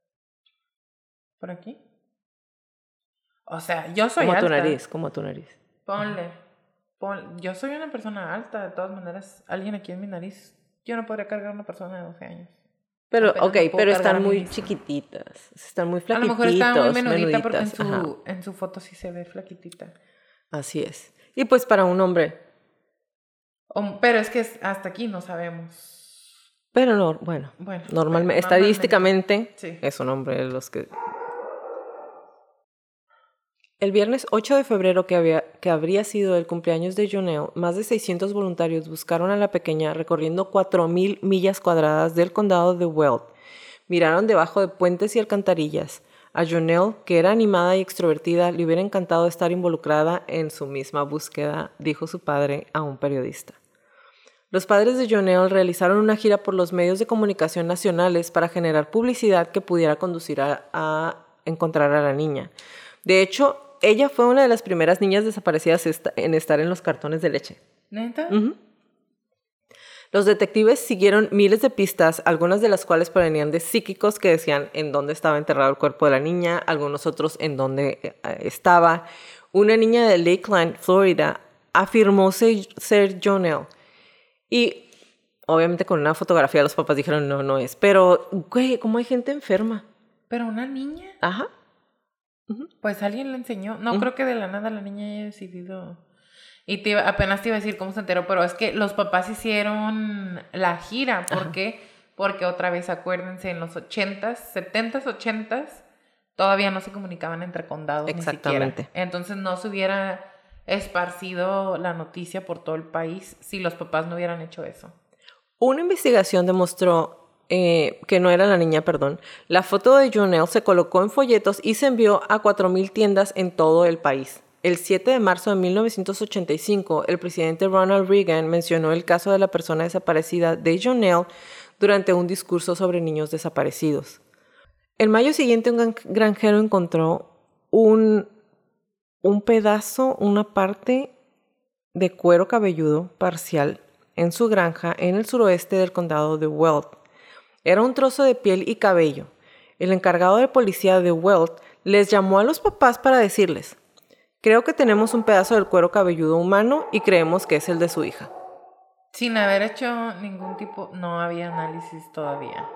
¿Por aquí? O sea, yo soy alta. Como tu nariz. Ponle. Yo soy una persona alta, de todas maneras. Alguien aquí en mi nariz. Yo no podría cargar a una persona de 12 años. Pero, pero están muy chiquititas. Están muy flaquititos. A lo mejor está muy menudita porque en su foto sí se ve flaquitita. Así es. Y pues para un hombre... Pero es que hasta aquí no sabemos. Pero no, bueno normalmente, estadísticamente, sí. Es un hombre de los que... El viernes 8 de febrero, que habría sido el cumpleaños de Jonelle, más de 600 voluntarios buscaron a la pequeña recorriendo 4,000 millas cuadradas del condado de Weld. Miraron debajo de puentes y alcantarillas. A Jonelle, que era animada y extrovertida, le hubiera encantado estar involucrada en su misma búsqueda, dijo su padre a un periodista. Los padres de Jonelle realizaron una gira por los medios de comunicación nacionales para generar publicidad que pudiera conducir a encontrar a la niña. De hecho, ella fue una de las primeras niñas desaparecidas en estar en los cartones de leche. ¿Neta? Uh-huh. Los detectives siguieron miles de pistas, algunas de las cuales provenían de psíquicos que decían en dónde estaba enterrado el cuerpo de la niña, algunos otros en dónde estaba. Una niña de Lakeland, Florida, afirmó ser Jonelle. Y obviamente con una fotografía los papás dijeron no es. Pero, güey, ¿cómo hay gente enferma? ¿Pero una niña? Ajá. Uh-huh. Pues alguien le enseñó. No creo que de la nada la niña haya decidido... Y apenas te iba a decir cómo se enteró, pero es que los papás hicieron la gira. ¿Por qué? Porque otra vez, acuérdense, en los 80s, 70s, 80s, todavía no se comunicaban entre condados ni siquiera. Entonces no se hubiera esparcido la noticia por todo el país si los papás no hubieran hecho eso. Una investigación demostró que no era la niña, La foto de Jonelle se colocó en folletos y se envió a 4,000 tiendas en todo el país. El 7 de marzo de 1985, el presidente Ronald Reagan mencionó el caso de la persona desaparecida de Jonelle durante un discurso sobre niños desaparecidos. En mayo siguiente, un granjero encontró un pedazo, una parte de cuero cabelludo parcial en su granja en el suroeste del condado de Weld. Era un trozo de piel y cabello. El encargado de policía de Weld les llamó a los papás para decirles: creo que tenemos un pedazo del cuero cabelludo humano y creemos que es el de su hija. Sin haber hecho ningún tipo, no había análisis todavía.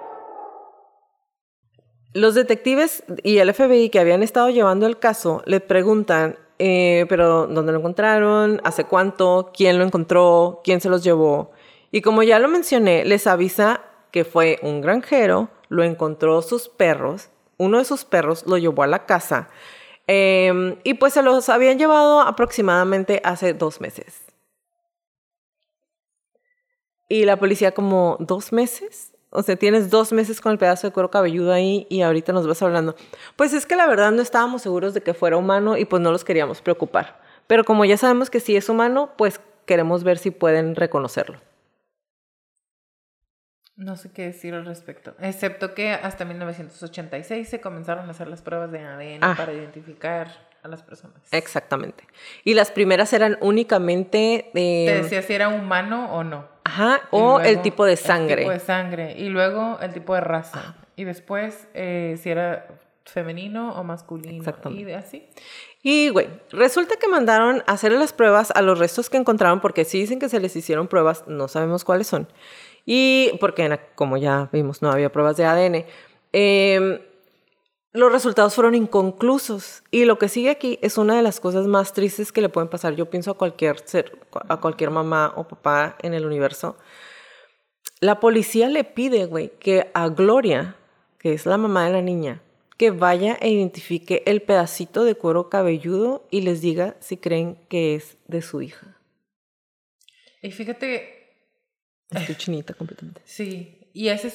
Los detectives y el FBI que habían estado llevando el caso le preguntan, pero ¿dónde lo encontraron? ¿Hace cuánto? ¿Quién lo encontró? ¿Quién se los llevó? Y como ya lo mencioné, les avisa que fue un granjero, lo encontró sus perros, uno de sus perros lo llevó a la casa y pues se los habían llevado aproximadamente hace 2 meses. Y la policía como, ¿2 meses? O sea, tienes 2 meses con el pedazo de cuero cabelludo ahí y ahorita nos vas hablando. Pues es que la verdad no estábamos seguros de que fuera humano y pues no los queríamos preocupar. Pero como ya sabemos que sí es humano, pues queremos ver si pueden reconocerlo. No sé qué decir al respecto. Excepto que hasta 1986 se comenzaron a hacer las pruebas de ADN para identificar a las personas. Exactamente. Y las primeras eran únicamente te decía si era humano o no. Ajá, o el tipo de sangre. El tipo de sangre. Y luego el tipo de raza. Y después si era femenino o masculino. Exactamente. Y así. Y, güey, resulta que mandaron a hacerle las pruebas a los restos que encontraron, porque sí dicen que se les hicieron pruebas, no sabemos cuáles son. Y porque, como ya vimos, no había pruebas de ADN. Los resultados fueron inconclusos. Y lo que sigue aquí es una de las cosas más tristes que le pueden pasar, yo pienso, a cualquier mamá o papá en el universo. La policía le pide, güey, que a Gloria, que es la mamá de la niña, que vaya e identifique el pedacito de cuero cabelludo y les diga si creen que es de su hija. Y fíjate... Estoy chinita completamente. Sí, y esa es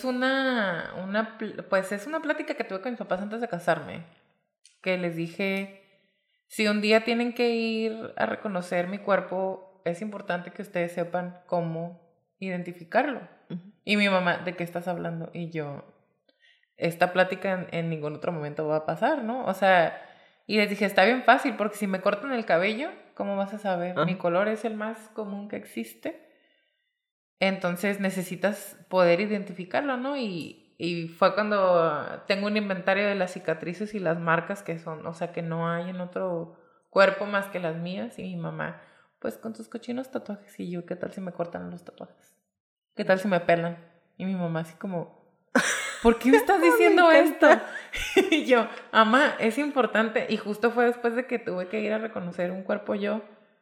pues es una plática que tuve con mis papás antes de casarme, que les dije, si un día tienen que ir a reconocer mi cuerpo, es importante que ustedes sepan cómo identificarlo. Uh-huh. Y mi mamá, ¿de qué estás hablando? Y yo, esta plática en ningún otro momento va a pasar, ¿no? O sea, y les dije, está bien fácil, porque si me cortan el cabello, ¿cómo vas a saber? Uh-huh. Mi color es el más común que existe. Entonces necesitas poder identificarlo, ¿no? Y fue cuando tengo un inventario de las cicatrices y las marcas que son, o sea, que no hay en otro cuerpo más que las mías. Y mi mamá, pues con tus cochinos tatuajes. Y yo, ¿qué tal si me cortan los tatuajes? ¿Qué tal si me pelan? Y mi mamá así como, ¿por qué me estás diciendo esto? Y yo, mamá, es importante. Y justo fue después de que tuve que ir a reconocer un cuerpo yo,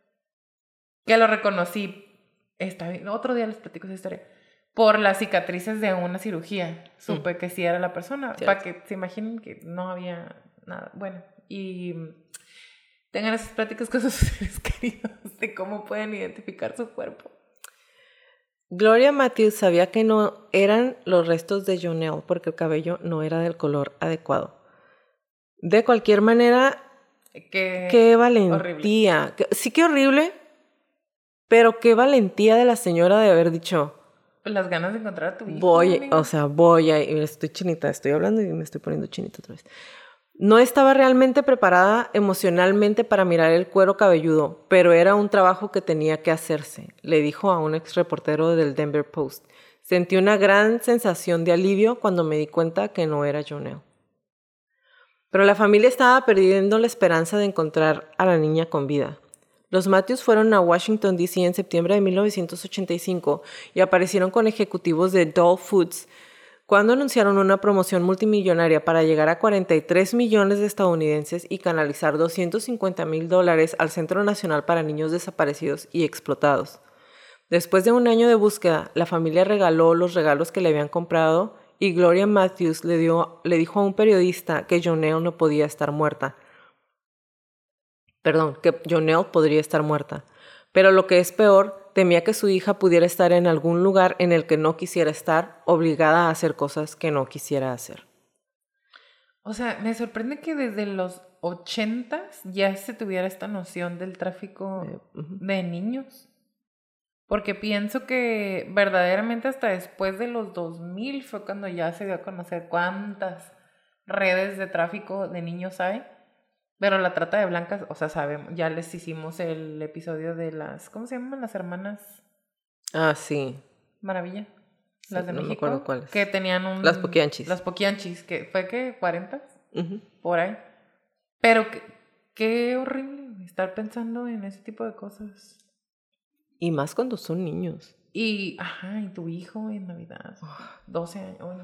que lo reconocí. Está bien. Otro día les platico esa historia. Por las cicatrices de una cirugía. Supe que sí era la persona. Sí. Para que se imaginen que no había nada. Bueno, y tengan esas pláticas con sus seres queridos de cómo pueden identificar su cuerpo. Gloria Matthews sabía que no eran los restos de Jonelle porque el cabello no era del color adecuado. De cualquier manera, qué valentía. Sí, qué horrible. Pero qué valentía de la señora de haber dicho... Las ganas de encontrar a tu hijo. Voy a... Y estoy chinita, estoy hablando y me estoy poniendo chinita otra vez. No estaba realmente preparada emocionalmente para mirar el cuero cabelludo, pero era un trabajo que tenía que hacerse, le dijo a un ex reportero del Denver Post. Sentí una gran sensación de alivio cuando me di cuenta que no era Jonelle. Pero la familia estaba perdiendo la esperanza de encontrar a la niña con vida. Los Matthews fueron a Washington, D.C. en septiembre de 1985 y aparecieron con ejecutivos de Dole Foods cuando anunciaron una promoción multimillonaria para llegar a 43 millones de estadounidenses y canalizar $250,000 al Centro Nacional para Niños Desaparecidos y Explotados. Después de un año de búsqueda, la familia regaló los regalos que le habían comprado y Gloria Matthews le dijo a un periodista que Jonelle no podía estar muerta. Que Jonelle podría estar muerta. Pero lo que es peor, temía que su hija pudiera estar en algún lugar en el que no quisiera estar, obligada a hacer cosas que no quisiera hacer. O sea, me sorprende que desde los 80s ya se tuviera esta noción del tráfico de niños. Porque pienso que verdaderamente hasta después de los 2000 fue cuando ya se dio a conocer cuántas redes de tráfico de niños hay. Pero la trata de blancas, o sea, sabemos, ya les hicimos el episodio de las, ¿cómo se llaman? Las hermanas Ah, sí. Maravilla. Las de no me México. acuerdo cuáles. Que tenían Las poquianchis. Las poquianchis, que fue que 40 Uh-huh. por ahí. Pero qué horrible estar pensando en ese tipo de cosas. Y más cuando son niños. Y tu hijo en Navidad. 12 años. Oh.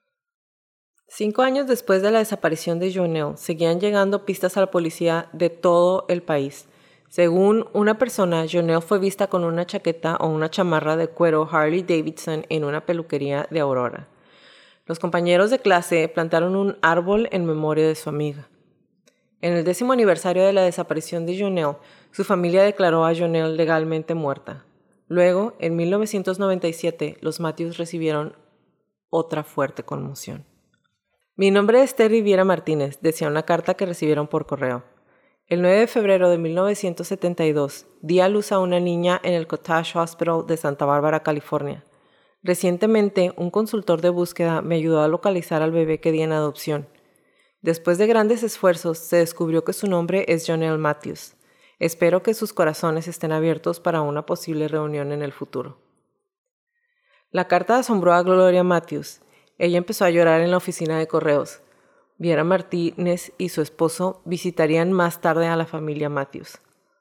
5 años después de la desaparición de Jonelle, seguían llegando pistas a la policía de todo el país. Según una persona, Jonelle fue vista con una chaqueta o una chamarra de cuero Harley Davidson en una peluquería de Aurora. Los compañeros de clase plantaron un árbol en memoria de su amiga. En el 10º aniversario de la desaparición de Jonelle, su familia declaró a Jonelle legalmente muerta. Luego, en 1997, los Matthews recibieron otra fuerte conmoción. Mi nombre es Terry Viera Martínez, decía una carta que recibieron por correo. El 9 de febrero de 1972, di a luz a una niña en el Cottage Hospital de Santa Bárbara, California. Recientemente, un consultor de búsqueda me ayudó a localizar al bebé que di en adopción. Después de grandes esfuerzos, se descubrió que su nombre es Jonelle Matthews. Espero que sus corazones estén abiertos para una posible reunión en el futuro. La carta asombró a Gloria Matthews. Ella empezó a llorar en la oficina de correos. Viera Martínez y su esposo visitarían más tarde a la familia Matthews.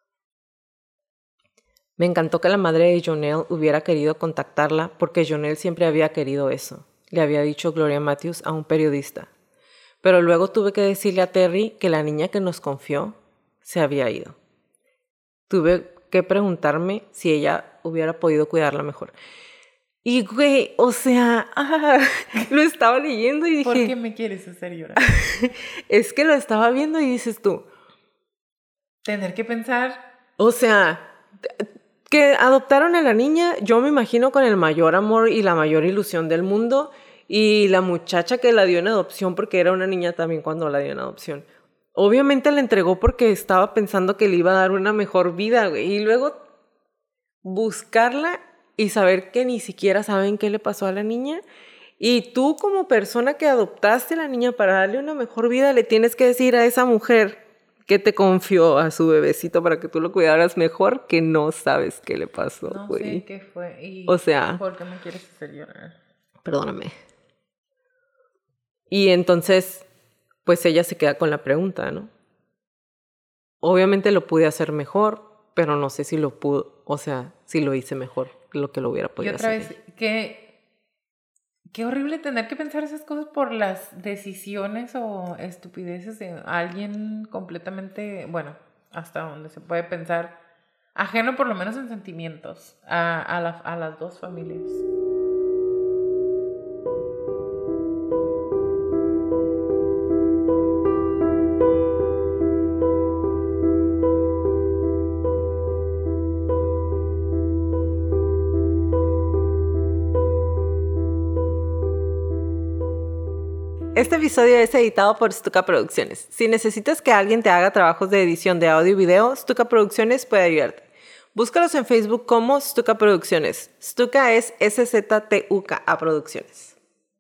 Me encantó que la madre de Jonelle hubiera querido contactarla porque Jonelle siempre había querido eso, le había dicho Gloria Matthews a un periodista. Pero luego tuve que decirle a Terry que la niña que nos confió se había ido. Tuve que preguntarme si ella hubiera podido cuidarla mejor. Y güey, o sea, lo estaba leyendo y dije... ¿Por qué me quieres hacer llorar? Es que lo estaba viendo y dices tú... Tener que pensar... O sea, que adoptaron a la niña, yo me imagino con el mayor amor y la mayor ilusión del mundo... Y la muchacha que la dio en adopción, porque era una niña también cuando la dio en adopción, obviamente la entregó porque estaba pensando que le iba a dar una mejor vida, güey. Y luego buscarla y saber que ni siquiera saben qué le pasó a la niña. Y tú como persona que adoptaste a la niña para darle una mejor vida, le tienes que decir a esa mujer que te confió a su bebecito para que tú lo cuidaras mejor, que no sabes qué le pasó, güey. No sé qué fue. Y o sea... ¿por qué me quieres hacer llorar? Perdóname. Y entonces, pues ella se queda con la pregunta, ¿no? Obviamente lo pude hacer mejor, pero no sé si lo pudo, o sea, si lo hice mejor lo que lo hubiera podido hacer. Y otra vez, qué horrible tener que pensar esas cosas por las decisiones o estupideces de alguien completamente, bueno, hasta donde se puede pensar, ajeno por lo menos en sentimientos a las dos familias. Este episodio es editado por Stuka Producciones. Si necesitas que alguien te haga trabajos de edición de audio y video, Stuka Producciones puede ayudarte. Búscalos en Facebook como Stuka Producciones. Stuka es SZTUKA Producciones.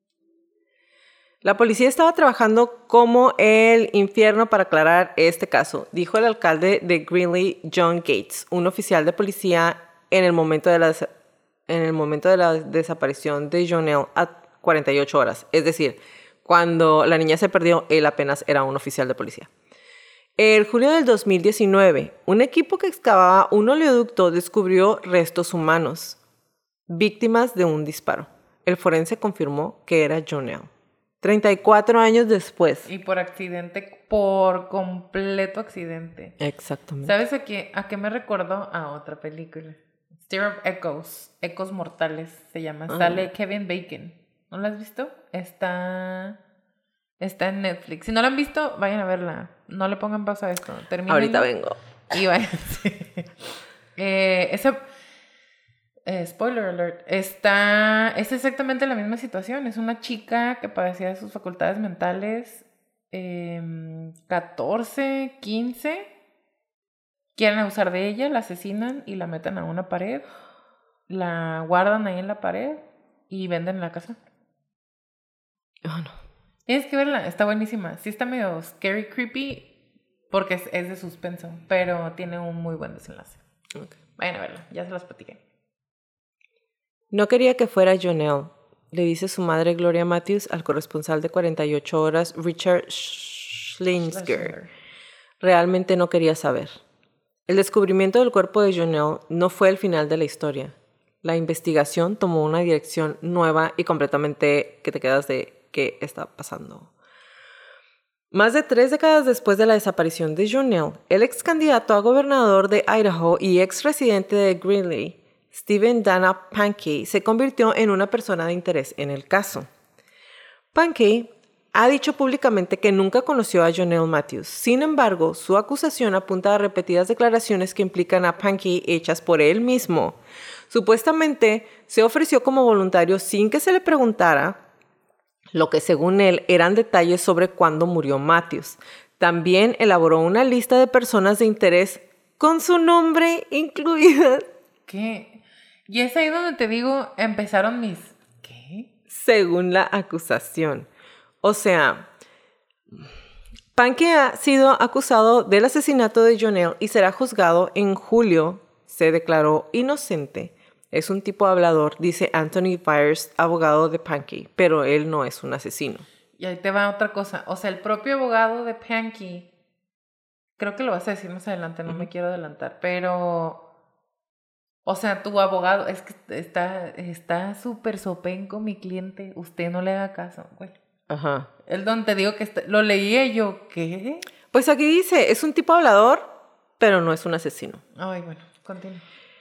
La policía estaba trabajando como el infierno para aclarar este caso, dijo el alcalde de Greeley, John Gates, un oficial de policía en el momento de la desaparición de Jonelle a 48 horas. Es decir, cuando la niña se perdió, él apenas era un oficial de policía. En julio del 2019, un equipo que excavaba un oleoducto descubrió restos humanos, víctimas de un disparo. El forense confirmó que era Jonelle. 34 años después. Y por accidente, por completo accidente. Exactamente. ¿Sabes a qué me recordó? A otra película. Stir of Echoes, Ecos Mortales se llama. Sale Kevin Bacon. ¿No la has visto? Está en Netflix. Si no la han visto, vayan a verla. No le pongan pausa a esto. Terminen. Ahorita vengo. Y vayan. Spoiler alert. Es exactamente la misma situación. Es una chica que padecía de sus facultades mentales. 14, 15. Quieren abusar de ella, la asesinan y la meten a una pared. La guardan ahí en la pared y venden la casa. Oh, no. Tienes que verla, está buenísima. Sí está medio scary, creepy, porque es de suspenso, pero tiene un muy buen desenlace. Okay. Vayan a verla, ya se las platiqué. No quería que fuera Jonelle, le dice su madre Gloria Matthews al corresponsal de 48 horas Richard Schlinger. Realmente no quería saber. El descubrimiento del cuerpo de Jonelle no fue el final de la historia. La investigación tomó una dirección nueva y completamente que te quedas de ¿qué está pasando? Más de 3 décadas después de la desaparición de Jonelle, el ex candidato a gobernador de Idaho y ex residente de Greeley, Stephen Dana Pankey, se convirtió en una persona de interés en el caso. Pankey ha dicho públicamente que nunca conoció a Jonelle Matthews. Sin embargo, su acusación apunta a repetidas declaraciones que implican a Pankey hechas por él mismo. Supuestamente, se ofreció como voluntario sin que se le preguntara, lo que según él eran detalles sobre cuándo murió Matthews. También elaboró una lista de personas de interés con su nombre incluida. ¿Qué? Y es ahí donde te digo, empezaron mis... ¿Qué? Según la acusación. O sea, Pankey ha sido acusado del asesinato de Jonelle y será juzgado en julio. Se declaró inocente. Es un tipo hablador, dice Anthony Byers, abogado de Pankey, pero él no es un asesino. Y ahí te va otra cosa. O sea, el propio abogado de Pankey, creo que lo vas a decir más adelante, no me quiero adelantar, pero... O sea, tu abogado, es que está súper sopenco mi cliente, usted no le haga caso, güey. Ajá. El don te digo que lo leí y yo, ¿qué? Pues aquí dice, es un tipo hablador, pero no es un asesino. Ay, bueno, continúa.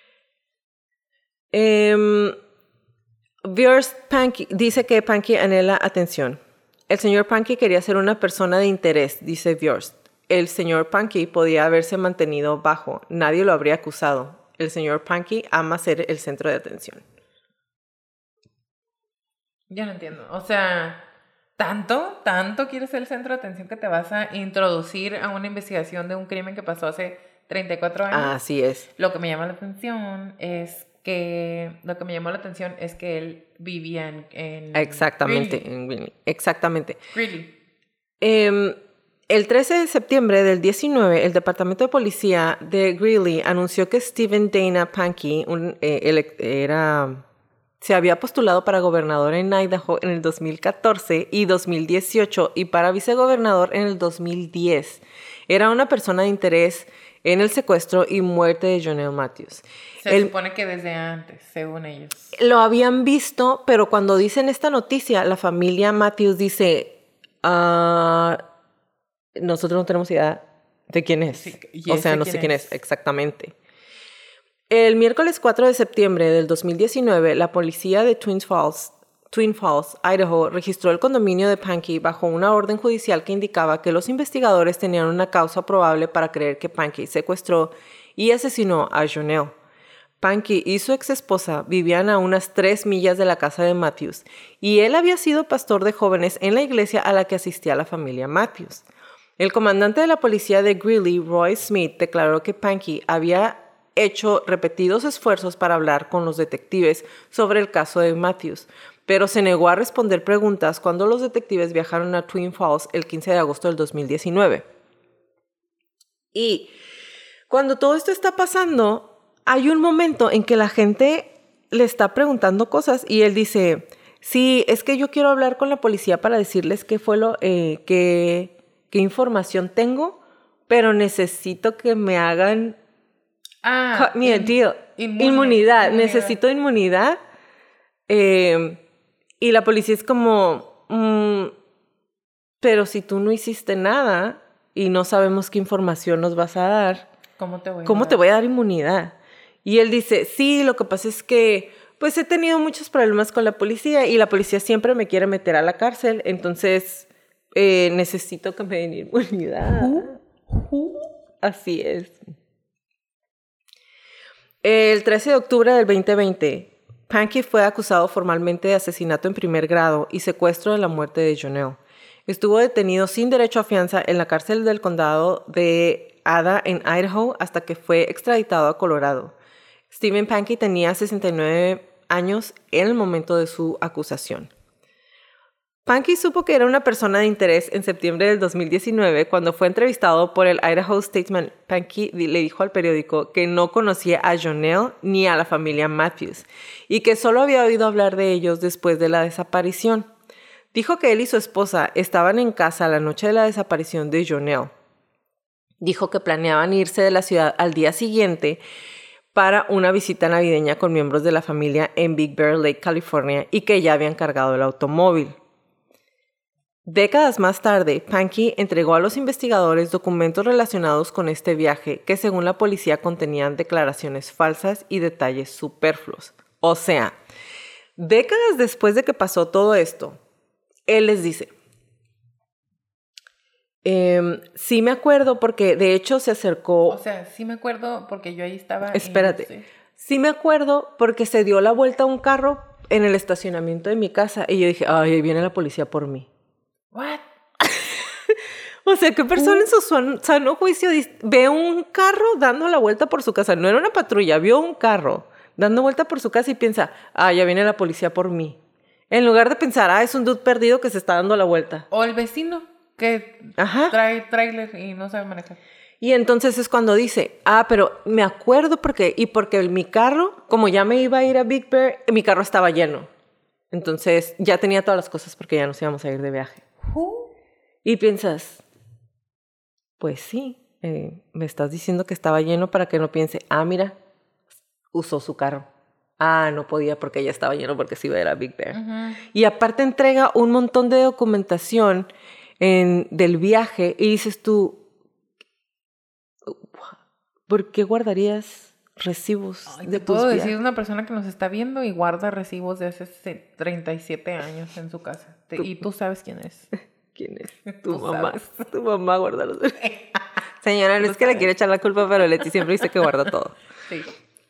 Byers dice que Pankey anhela atención. El señor Pankey quería ser una persona de interés, dice Byers. El señor Pankey podía haberse mantenido bajo, nadie lo habría acusado. El señor Pankey ama ser el centro de atención. Ya no entiendo. O sea, ¿tanto quieres ser el centro de atención que te vas a introducir a una investigación de un crimen que pasó hace 34 años? Así es. Lo que me llama la atención es que él vivía en Exactamente, Greeley. en Greeley. Exactamente. Greeley. El 13 de septiembre del 19, el Departamento de Policía de Greeley anunció que Stephen Dana Pankey se había postulado para gobernador en Idaho en el 2014 y 2018 y para vicegobernador en el 2010. Era una persona de interés en el secuestro y muerte de Jonelle Matthews. Se supone que desde antes, según ellos. Lo habían visto, pero cuando dicen esta noticia, la familia Matthews dice... nosotros no tenemos idea de quién es. Sí, o sea, no sé quién es exactamente. El miércoles 4 de septiembre del 2019, la policía de Twin Falls, Idaho, registró el condominio de Pankey bajo una orden judicial que indicaba que los investigadores tenían una causa probable para creer que Pankey secuestró y asesinó a Jonelle. Pankey y su exesposa vivían a unas 3 millas de la casa de Matthews y él había sido pastor de jóvenes en la iglesia a la que asistía la familia Matthews. El comandante de la policía de Greeley, Roy Smith, declaró que Pankey había hecho repetidos esfuerzos para hablar con los detectives sobre el caso de Matthews, pero se negó a responder preguntas cuando los detectives viajaron a Twin Falls el 15 de agosto del 2019. Y cuando todo esto está pasando, hay un momento en que la gente le está preguntando cosas y él dice, sí, es que yo quiero hablar con la policía para decirles qué fue qué información tengo, pero necesito que me hagan cut me a deal. Inmunidad. Necesito inmunidad. Y la policía es como, pero si tú no hiciste nada y no sabemos qué información nos vas a dar, ¿cómo te voy a dar inmunidad? Y él dice, sí, lo que pasa es que pues he tenido muchos problemas con la policía y la policía siempre me quiere meter a la cárcel, entonces necesito que me den inmunidad. Así es. El 13 de octubre del 2020, Pankey fue acusado formalmente de asesinato en primer grado y secuestro de la muerte de Jonelle. Estuvo detenido sin derecho a fianza en la cárcel del condado de Ada en Idaho hasta que fue extraditado a Colorado. Stephen Pankey tenía 69 años en el momento de su acusación. Pankey supo que era una persona de interés en septiembre del 2019 cuando fue entrevistado por el Idaho Statesman. Pankey le dijo al periódico que no conocía a Jonelle ni a la familia Matthews y que solo había oído hablar de ellos después de la desaparición. Dijo que él y su esposa estaban en casa la noche de la desaparición de Jonelle. Dijo que planeaban irse de la ciudad al día siguiente para una visita navideña con miembros de la familia en Big Bear Lake, California, y que ya habían cargado el automóvil. Décadas más tarde, Pankey entregó a los investigadores documentos relacionados con este viaje que según la policía contenían declaraciones falsas y detalles superfluos. O sea, décadas después de que pasó todo esto, él les dice, sí me acuerdo porque de hecho se acercó... O sea, sí me acuerdo porque yo ahí estaba... Espérate. Y no sé. Sí me acuerdo porque se dio la vuelta a un carro en el estacionamiento de mi casa y yo dije, ay, ahí viene la policía por mí. ¿What? O sea, ¿qué persona en su sano juicio ve un carro dando la vuelta por su casa? No era una patrulla, vio un carro dando vuelta por su casa y piensa, ah, ya viene la policía por mí. En lugar de pensar, ah, es un dude perdido que se está dando la vuelta. O el vecino que trae tráiler y no sabe manejar. Y entonces es cuando dice, ah, pero me acuerdo porque mi carro, como ya me iba a ir a Big Bear, mi carro estaba lleno. Entonces ya tenía todas las cosas porque ya nos íbamos a ir de viaje. Y piensas, pues sí, me estás diciendo que estaba lleno para que no piense, ah, mira, usó su carro. Ah, no podía porque ya estaba lleno porque se iba a ir a Big Bear. Uh-huh. Y aparte entrega un montón de documentación del viaje y dices tú, ¿por qué guardarías recibos de tus puedo viajes? decir una persona que nos está viendo y guarda recibos de hace 37 años en su casa. Y tú sabes quién es. ¿Quién es? Tu mamá. Sabes. Tu mamá guarda los recibos. Señora, no es que le quiera echar la culpa, pero Leti siempre dice que guarda todo. Sí.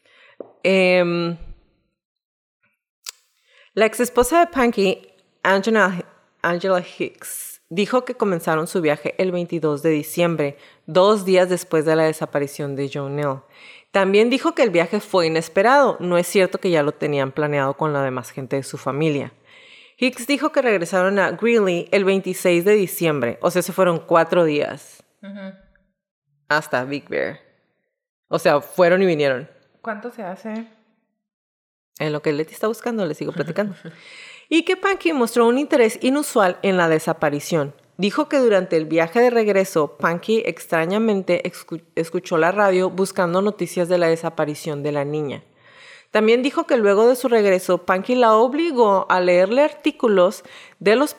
La exesposa de Pankey, Angela Hicks, dijo que comenzaron su viaje el 22 de diciembre, 2 días después de la desaparición de Jonelle. También dijo que el viaje fue inesperado. No es cierto que ya lo tenían planeado con la demás gente de su familia. Hicks dijo que regresaron a Greeley el 26 de diciembre. O sea, se fueron 4 días. Uh-huh. Hasta Big Bear. O sea, fueron y vinieron. ¿Cuánto se hace? En lo que Leti está buscando, le sigo platicando. Y que Pankey mostró un interés inusual en la desaparición. Dijo que durante el viaje de regreso, Pankey extrañamente escuchó la radio buscando noticias de la desaparición de la niña. También dijo que luego de su regreso, Pankey la obligó a leerle artículos de los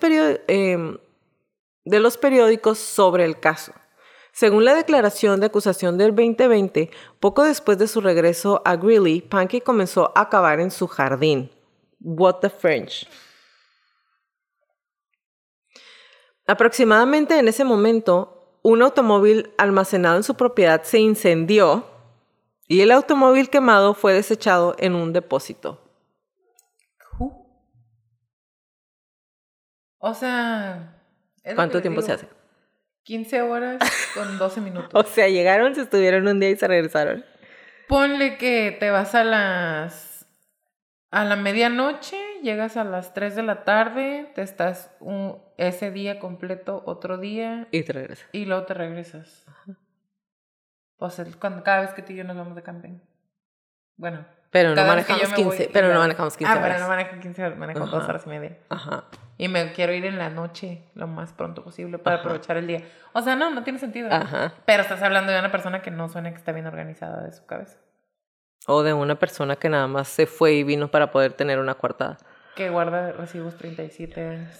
periódicos sobre el caso. Según la declaración de acusación del 2020, poco después de su regreso a Greeley, Pankey comenzó a cavar en su jardín. What the French. Aproximadamente en ese momento, un automóvil almacenado en su propiedad se incendió y el automóvil quemado fue desechado en un depósito. O sea... ¿Cuánto tiempo se hace? 15 horas con 12 minutos. O sea, llegaron, se estuvieron un día y se regresaron. Ponle que te vas a la medianoche, llegas a las 3 de la tarde, te estás ese día completo, otro día. Y te regresas. Y luego te regresas. Ajá. Pues cada vez que tú y yo nos vamos de camping. Bueno. Pero no manejamos 15, pero no manejamos 15 horas. Pero no manejo 15 horas, manejo 2 horas y media. Ajá. Y me quiero ir en la noche lo más pronto posible para aprovechar el día. O sea, no tiene sentido. Ajá. Pero estás hablando de una persona que no suena que está bien organizada de su cabeza. O de una persona que nada más se fue y vino para poder tener una coartada. Que guarda recibos 37 años.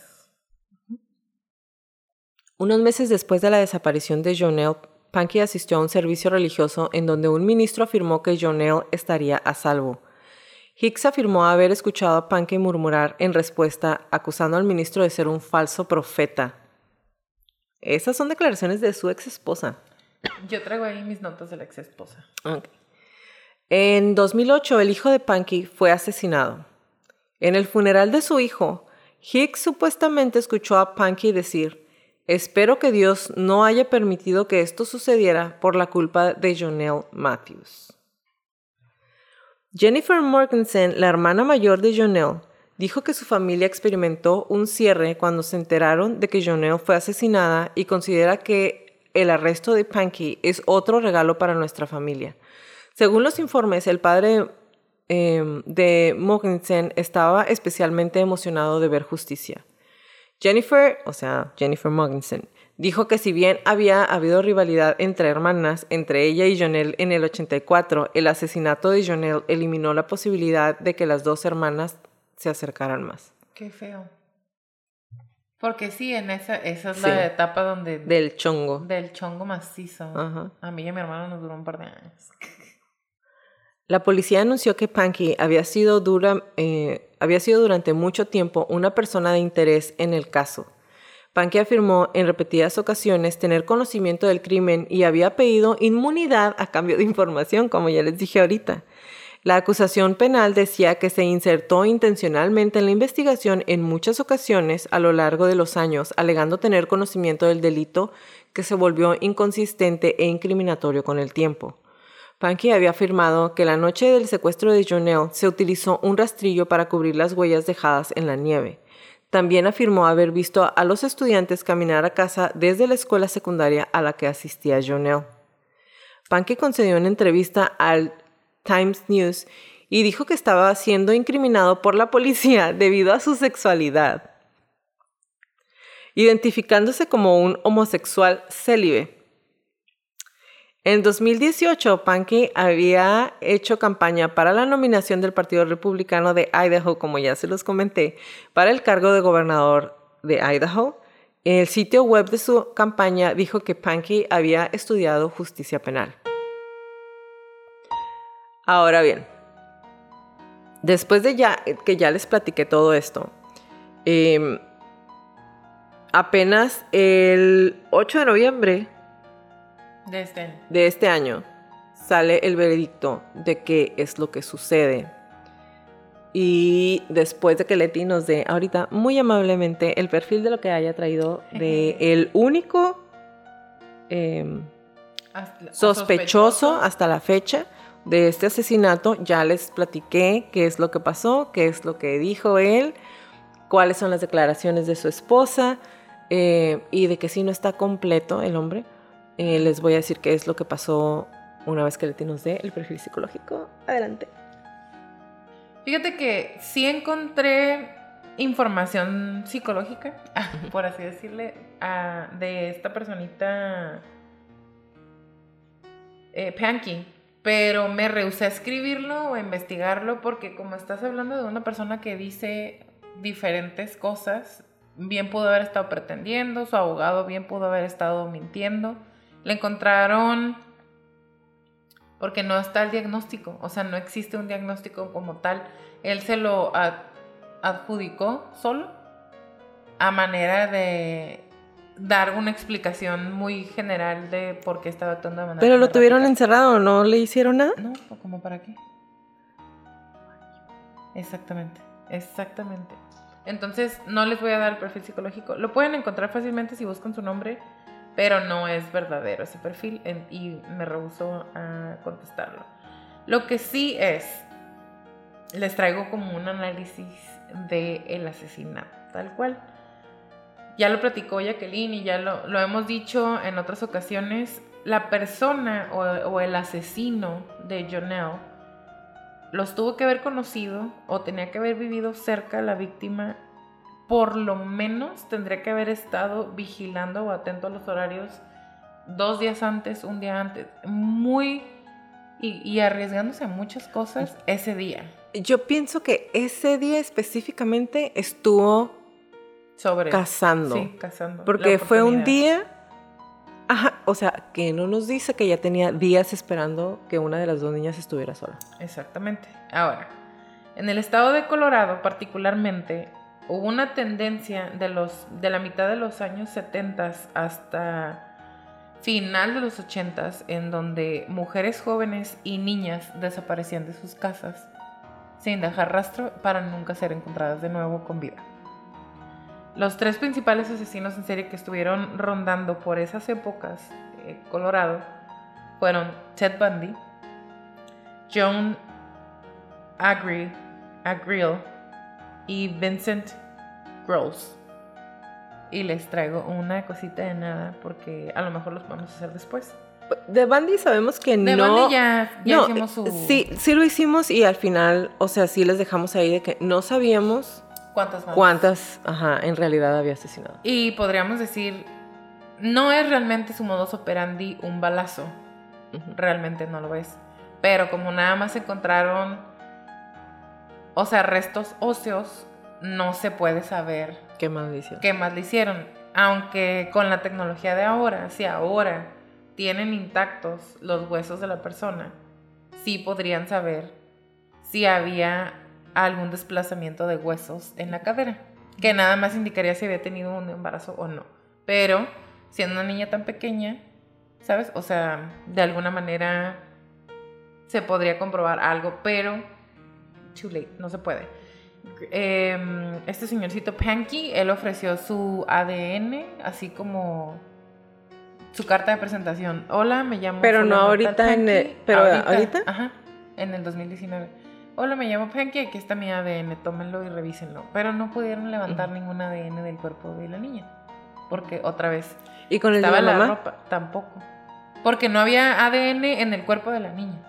Unos meses después de la desaparición de Jonelle, Pankey asistió a un servicio religioso en donde un ministro afirmó que Jonelle estaría a salvo. Hicks afirmó haber escuchado a Pankey murmurar en respuesta, acusando al ministro de ser un falso profeta. Esas son declaraciones de su ex esposa. Yo traigo ahí mis notas de la ex esposa. Okay. En 2008, el hijo de Pankey fue asesinado. En el funeral de su hijo, Hicks supuestamente escuchó a Pankey decir: espero que Dios no haya permitido que esto sucediera por la culpa de Jonelle Matthews. Jennifer Morganson, la hermana mayor de Jonelle, dijo que su familia experimentó un cierre cuando se enteraron de que Jonelle fue asesinada y considera que el arresto de Pankey es otro regalo para nuestra familia. Según los informes, el padre de Mogensen estaba especialmente emocionado de ver justicia. Jennifer Mogensen, dijo que si bien había habido rivalidad entre hermanas, entre ella y Jonelle en el 84, el asesinato de Jonelle eliminó la posibilidad de que las dos hermanas se acercaran más. Qué feo. Porque sí, esa es la etapa donde... Del chongo. Del chongo macizo. Ajá. A mí y a mi hermano nos duró un par de años. La policía anunció que Pankey había sido durante mucho tiempo una persona de interés en el caso. Pankey afirmó en repetidas ocasiones tener conocimiento del crimen y había pedido inmunidad a cambio de información, como ya les dije ahorita. La acusación penal decía que se insertó intencionalmente en la investigación en muchas ocasiones a lo largo de los años, alegando tener conocimiento del delito que se volvió inconsistente e incriminatorio con el tiempo. Pankey había afirmado que la noche del secuestro de Jonelle se utilizó un rastrillo para cubrir las huellas dejadas en la nieve. También afirmó haber visto a los estudiantes caminar a casa desde la escuela secundaria a la que asistía Jonelle. Pankey concedió una entrevista al Times News y dijo que estaba siendo incriminado por la policía debido a su sexualidad, identificándose como un homosexual célibe. En 2018, Pankey había hecho campaña para la nominación del Partido Republicano de Idaho, como ya se los comenté, para el cargo de gobernador de Idaho. El sitio web de su campaña dijo que Pankey había estudiado justicia penal. Ahora bien, después de que ya les platiqué todo esto, apenas el 8 de noviembre de este año sale el veredicto de qué es lo que sucede. Y después de que Leti nos dé ahorita muy amablemente el perfil de lo que haya traído de el único sospechoso hasta la fecha de este asesinato, ya les platiqué qué es lo que pasó, qué es lo que dijo él, cuáles son las declaraciones de su esposa, y de que si no está completo el hombre. Les voy a decir qué es lo que pasó una vez que Leti nos dé el perfil psicológico. Adelante. Fíjate que sí encontré información psicológica, por así decirle, de esta personita Pankey, pero me rehusé a escribirlo o a investigarlo porque como estás hablando de una persona que dice diferentes cosas, bien pudo haber estado pretendiendo, su abogado bien pudo haber estado mintiendo. Le encontraron, porque no está el diagnóstico, o sea, no existe un diagnóstico como tal. Él se lo adjudicó solo a manera de dar una explicación muy general de por qué estaba actuando de manera. Pero lo tuvieron encerrado, ¿no le hicieron nada? No, ¿como para qué? Exactamente. Entonces, no les voy a dar el perfil psicológico. Lo pueden encontrar fácilmente si buscan su nombre, pero no es verdadero ese perfil y me rehusó a contestarlo. Lo que sí les traigo como un análisis del asesinato, tal cual. Ya lo platicó Jacqueline y ya lo hemos dicho en otras ocasiones. La persona o el asesino de Jonelle los tuvo que haber conocido o tenía que haber vivido cerca de la víctima. Por lo menos tendría que haber estado vigilando o atento a los horarios 2 días antes, un día antes, y arriesgándose a muchas cosas ese día. Yo pienso que ese día específicamente estuvo cazando. Sí, cazando. Porque fue un día, o sea, que no nos dice que ya tenía días esperando que una de las dos niñas estuviera sola. Exactamente. Ahora, en el estado de Colorado particularmente, hubo una tendencia de la mitad de los años 70 hasta final de los 80 en donde mujeres jóvenes y niñas desaparecían de sus casas sin dejar rastro para nunca ser encontradas de nuevo con vida. Los 3 principales asesinos en serie que estuvieron rondando por esas épocas Colorado fueron Ted Bundy, Joan Agril y Vincent Groves. Y les traigo una cosita de nada porque a lo mejor los podemos hacer después. De Bundy sabemos que De no. Bundy ya hicimos su... Sí lo hicimos y al final, o sea, sí les dejamos ahí de que no sabíamos cuántas en realidad había asesinado. Y podríamos decir, no es realmente su modus operandi un balazo. Realmente no lo es. Pero como nada más encontraron, o sea, restos óseos, no se puede saber ¿Qué más le hicieron? Aunque con la tecnología de ahora, si ahora tienen intactos los huesos de la persona, sí podrían saber si había algún desplazamiento de huesos en la cadera, que nada más indicaría si había tenido un embarazo o no. Pero siendo una niña tan pequeña, ¿sabes? O sea, de alguna manera se podría comprobar algo, pero too late, no se puede. Este señorcito Pankey, él ofreció su ADN, así como su carta de presentación. Hola, me llamo... Pero no ahorita ¿ahorita? Ajá, en el 2019. Hola, me llamo Pankey, aquí está mi ADN, tómenlo y revísenlo. Pero no pudieron levantar ningún ADN del cuerpo de la niña. Porque otra vez... ¿Y con el de la mamá? Ropa, tampoco. Porque no había ADN en el cuerpo de la niña.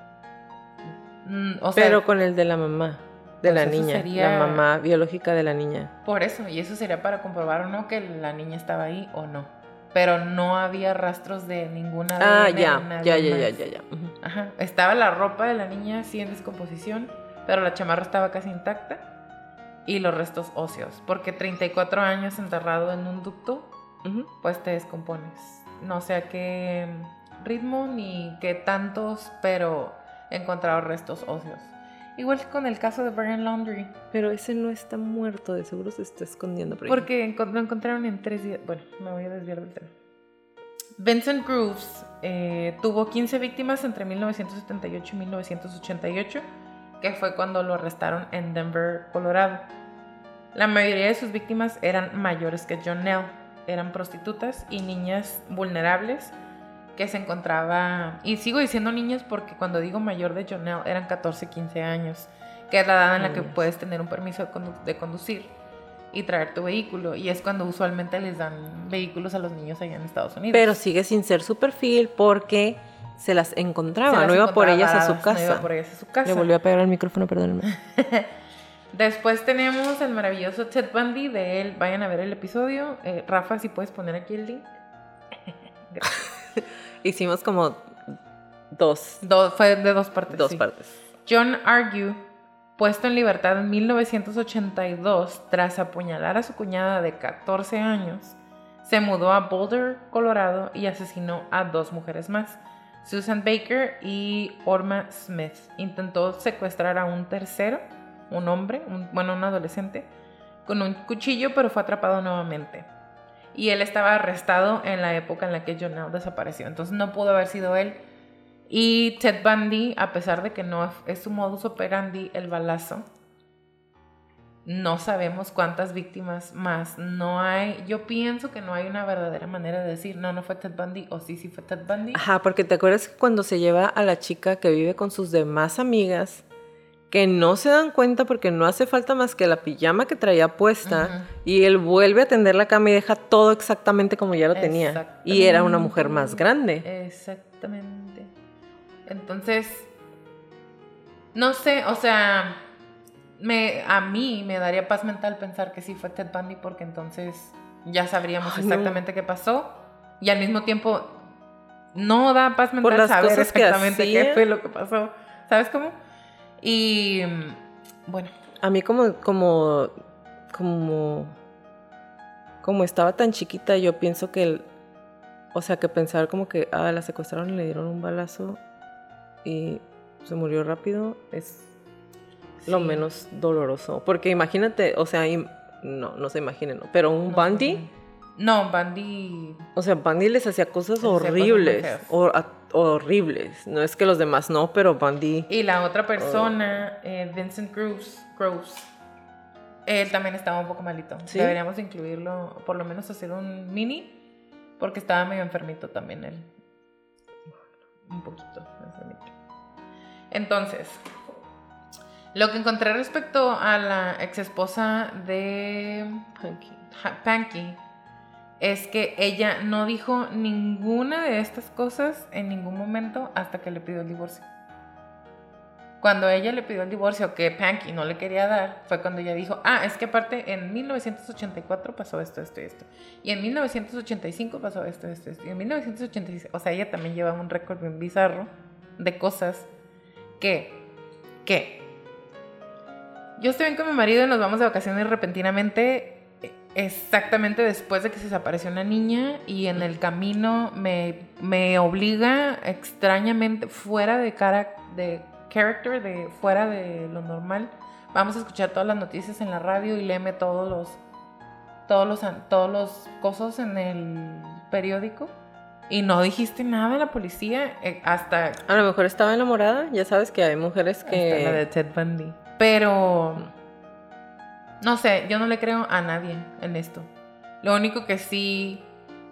O sea, pero con el de la mamá. De la niña, sería... la mamá biológica de la niña. Por eso, y eso sería para comprobar o no que la niña estaba ahí o no. Pero no había rastros de ninguna ADN de nadie más. Ya. Ajá, estaba la ropa de la niña sí en descomposición, pero la chamarra estaba casi intacta y los restos óseos, porque 34 años enterrado en un ducto, pues te descompones. No sé a qué ritmo ni qué tantos, pero he encontrado restos óseos. Igual que con el caso de Brian Laundrie. Pero ese no está muerto, de seguro se está escondiendo por ahí. Porque lo encontraron en 3 días. Bueno, me voy a desviar del tema. Vincent Groves tuvo 15 víctimas entre 1978 y 1988, que fue cuando lo arrestaron en Denver, Colorado. La mayoría de sus víctimas eran mayores que Jonelle, eran prostitutas y niñas vulnerables que se encontraba, y sigo diciendo niños porque cuando digo mayor de Jonelle eran 14, 15 años, que es la edad en la que puedes tener un permiso de conducir y traer tu vehículo, y es cuando usualmente les dan vehículos a los niños allá en Estados Unidos. Pero sigue sin ser su perfil porque se las encontraba, no iba por ellas a su casa. Le volvió a pegar al micrófono, perdónenme. Después tenemos el maravilloso Ted Bundy, de él, vayan a ver el episodio. Rafa, si puedes poner aquí el link. Gracias. Hicimos como dos. Fue de 2 partes. Dos partes. John Argue, puesto en libertad en 1982 tras apuñalar a su cuñada de 14 años, se mudó a Boulder, Colorado y asesinó a 2 mujeres más, Susan Baker y Orma Smith. Intentó secuestrar a un tercero, un hombre, un adolescente, con un cuchillo, pero fue atrapado nuevamente. Y él estaba arrestado en la época en la que Jonelle desapareció. Entonces no pudo haber sido él. Y Ted Bundy, a pesar de que no es su modus operandi el balazo, no sabemos cuántas víctimas más. No hay, yo pienso que no hay una verdadera manera de decir, no fue Ted Bundy, o sí fue Ted Bundy. Ajá, porque te acuerdas que cuando se lleva a la chica que vive con sus demás amigas, que no se dan cuenta porque no hace falta más que la pijama que traía puesta, y él vuelve a tender la cama y deja todo exactamente como ya lo tenía. Y era una mujer más grande. Exactamente. Entonces, no sé, o sea, a mí me daría paz mental pensar que sí fue Ted Bundy, porque entonces ya sabríamos exactamente qué pasó, y al mismo tiempo no da paz mental saber exactamente qué fue lo que pasó. ¿Sabes cómo? Y bueno, a mí como estaba tan chiquita, yo pienso que que pensar como que la secuestraron y le dieron un balazo y se murió rápido es lo menos doloroso, porque imagínate, o sea, no se imaginen, ¿no? Pero un Bundy, Bundy, o sea, Bundy les hacía cosas horribles, horribles. No es que los demás no, pero Bundy. Y la otra persona, Vincent Groves, él también estaba un poco malito. ¿Sí? Deberíamos incluirlo, por lo menos hacer un mini, porque estaba medio enfermito también él. Un poquito enfermito. Entonces, Lo que encontré respecto a la ex esposa de Panky es que ella no dijo ninguna de estas cosas en ningún momento hasta que le pidió el divorcio. Cuando ella le pidió el divorcio que Panky no le quería dar, fue cuando ella dijo, es que aparte en 1984 pasó esto. Y en 1985 pasó esto. Y en 1986, o sea, ella también lleva un récord bien bizarro de cosas que yo estoy bien con mi marido y nos vamos de vacaciones repentinamente, exactamente después de que se desapareció una niña, y en el camino me obliga extrañamente, fuera de character, de fuera de lo normal, vamos a escuchar todas las noticias en la radio y léeme todos los cosas en el periódico. Y no dijiste nada a la policía hasta... A lo mejor estaba enamorada. Ya sabes que hay mujeres que... Hasta la de Ted Bundy. Pero... no sé, yo no le creo a nadie en esto. Lo único que sí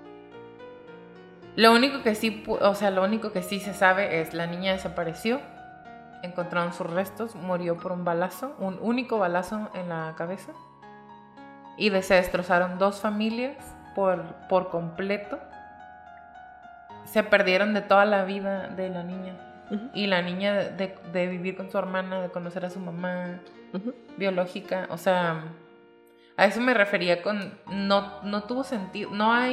se sabe es la niña desapareció. Encontraron sus restos. Murió por un balazo. Un único balazo en la cabeza. Y se destrozaron 2 familias por completo. Se perdieron de toda la vida de la niña. Uh-huh. Y la niña de vivir con su hermana, de conocer a su mamá biológica. O sea, a eso me refería con... No tuvo sentido.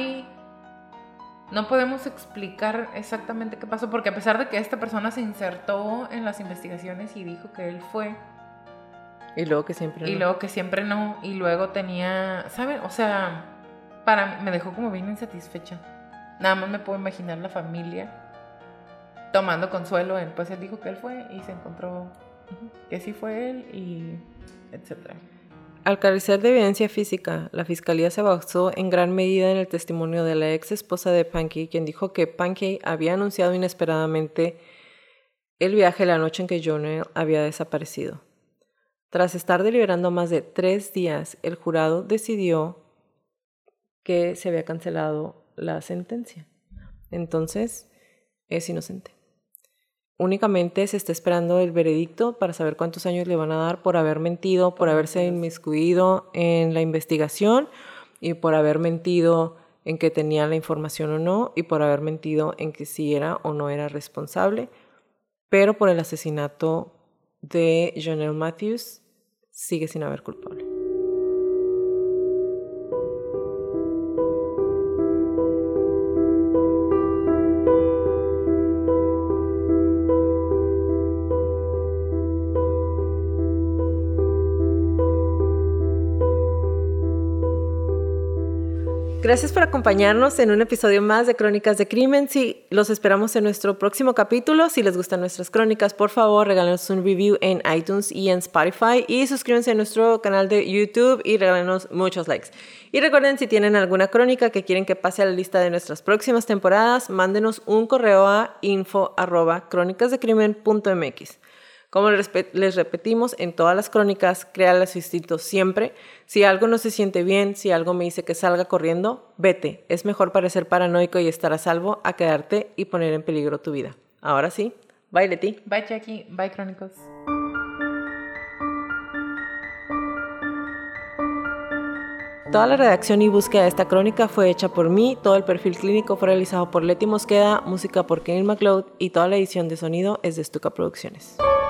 No podemos explicar exactamente qué pasó. Porque a pesar de que esta persona se insertó en las investigaciones y dijo que él fue... Y luego que siempre no. Y luego tenía... ¿Saben? O sea, me dejó como bien insatisfecha. Nada más me puedo imaginar la familia tomando consuelo en, pues él dijo que él fue y se encontró que sí fue él, y etcétera. Al carecer de evidencia física, la fiscalía se basó en gran medida en el testimonio de la ex esposa de Panky, quien dijo que Panky había anunciado inesperadamente el viaje la noche en que Jonelle había desaparecido. Tras estar deliberando más de 3 días, el jurado decidió que se había cancelado la sentencia. Entonces, es inocente. Únicamente se está esperando el veredicto para saber cuántos años le van a dar por haber mentido, por haberse inmiscuido en la investigación, y por haber mentido en que tenía la información o no, y por haber mentido en que sí era o no era responsable. Pero por el asesinato de Jonelle Matthews sigue sin haber culpable. Gracias por acompañarnos en un episodio más de Crónicas de Crimen. Sí, los esperamos en nuestro próximo capítulo. Si les gustan nuestras crónicas, por favor, regálenos un review en iTunes y en Spotify. Y suscríbanse a nuestro canal de YouTube y regálenos muchos likes. Y recuerden, si tienen alguna crónica que quieren que pase a la lista de nuestras próximas temporadas, mándenos un correo a info@cronicasdecrimen.mx. Como les repetimos en todas las crónicas, créale su instinto siempre. Si algo no se siente bien, si algo me dice que salga corriendo, vete. Es mejor parecer paranoico y estar a salvo a quedarte y poner en peligro tu vida. Ahora sí, bye Leti. Bye Jackie, bye Crónicos. Toda la redacción y búsqueda de esta crónica fue hecha por mí, todo el perfil clínico fue realizado por Leti Mosqueda, música por Kenny McLeod y toda la edición de sonido es de Stuka Producciones.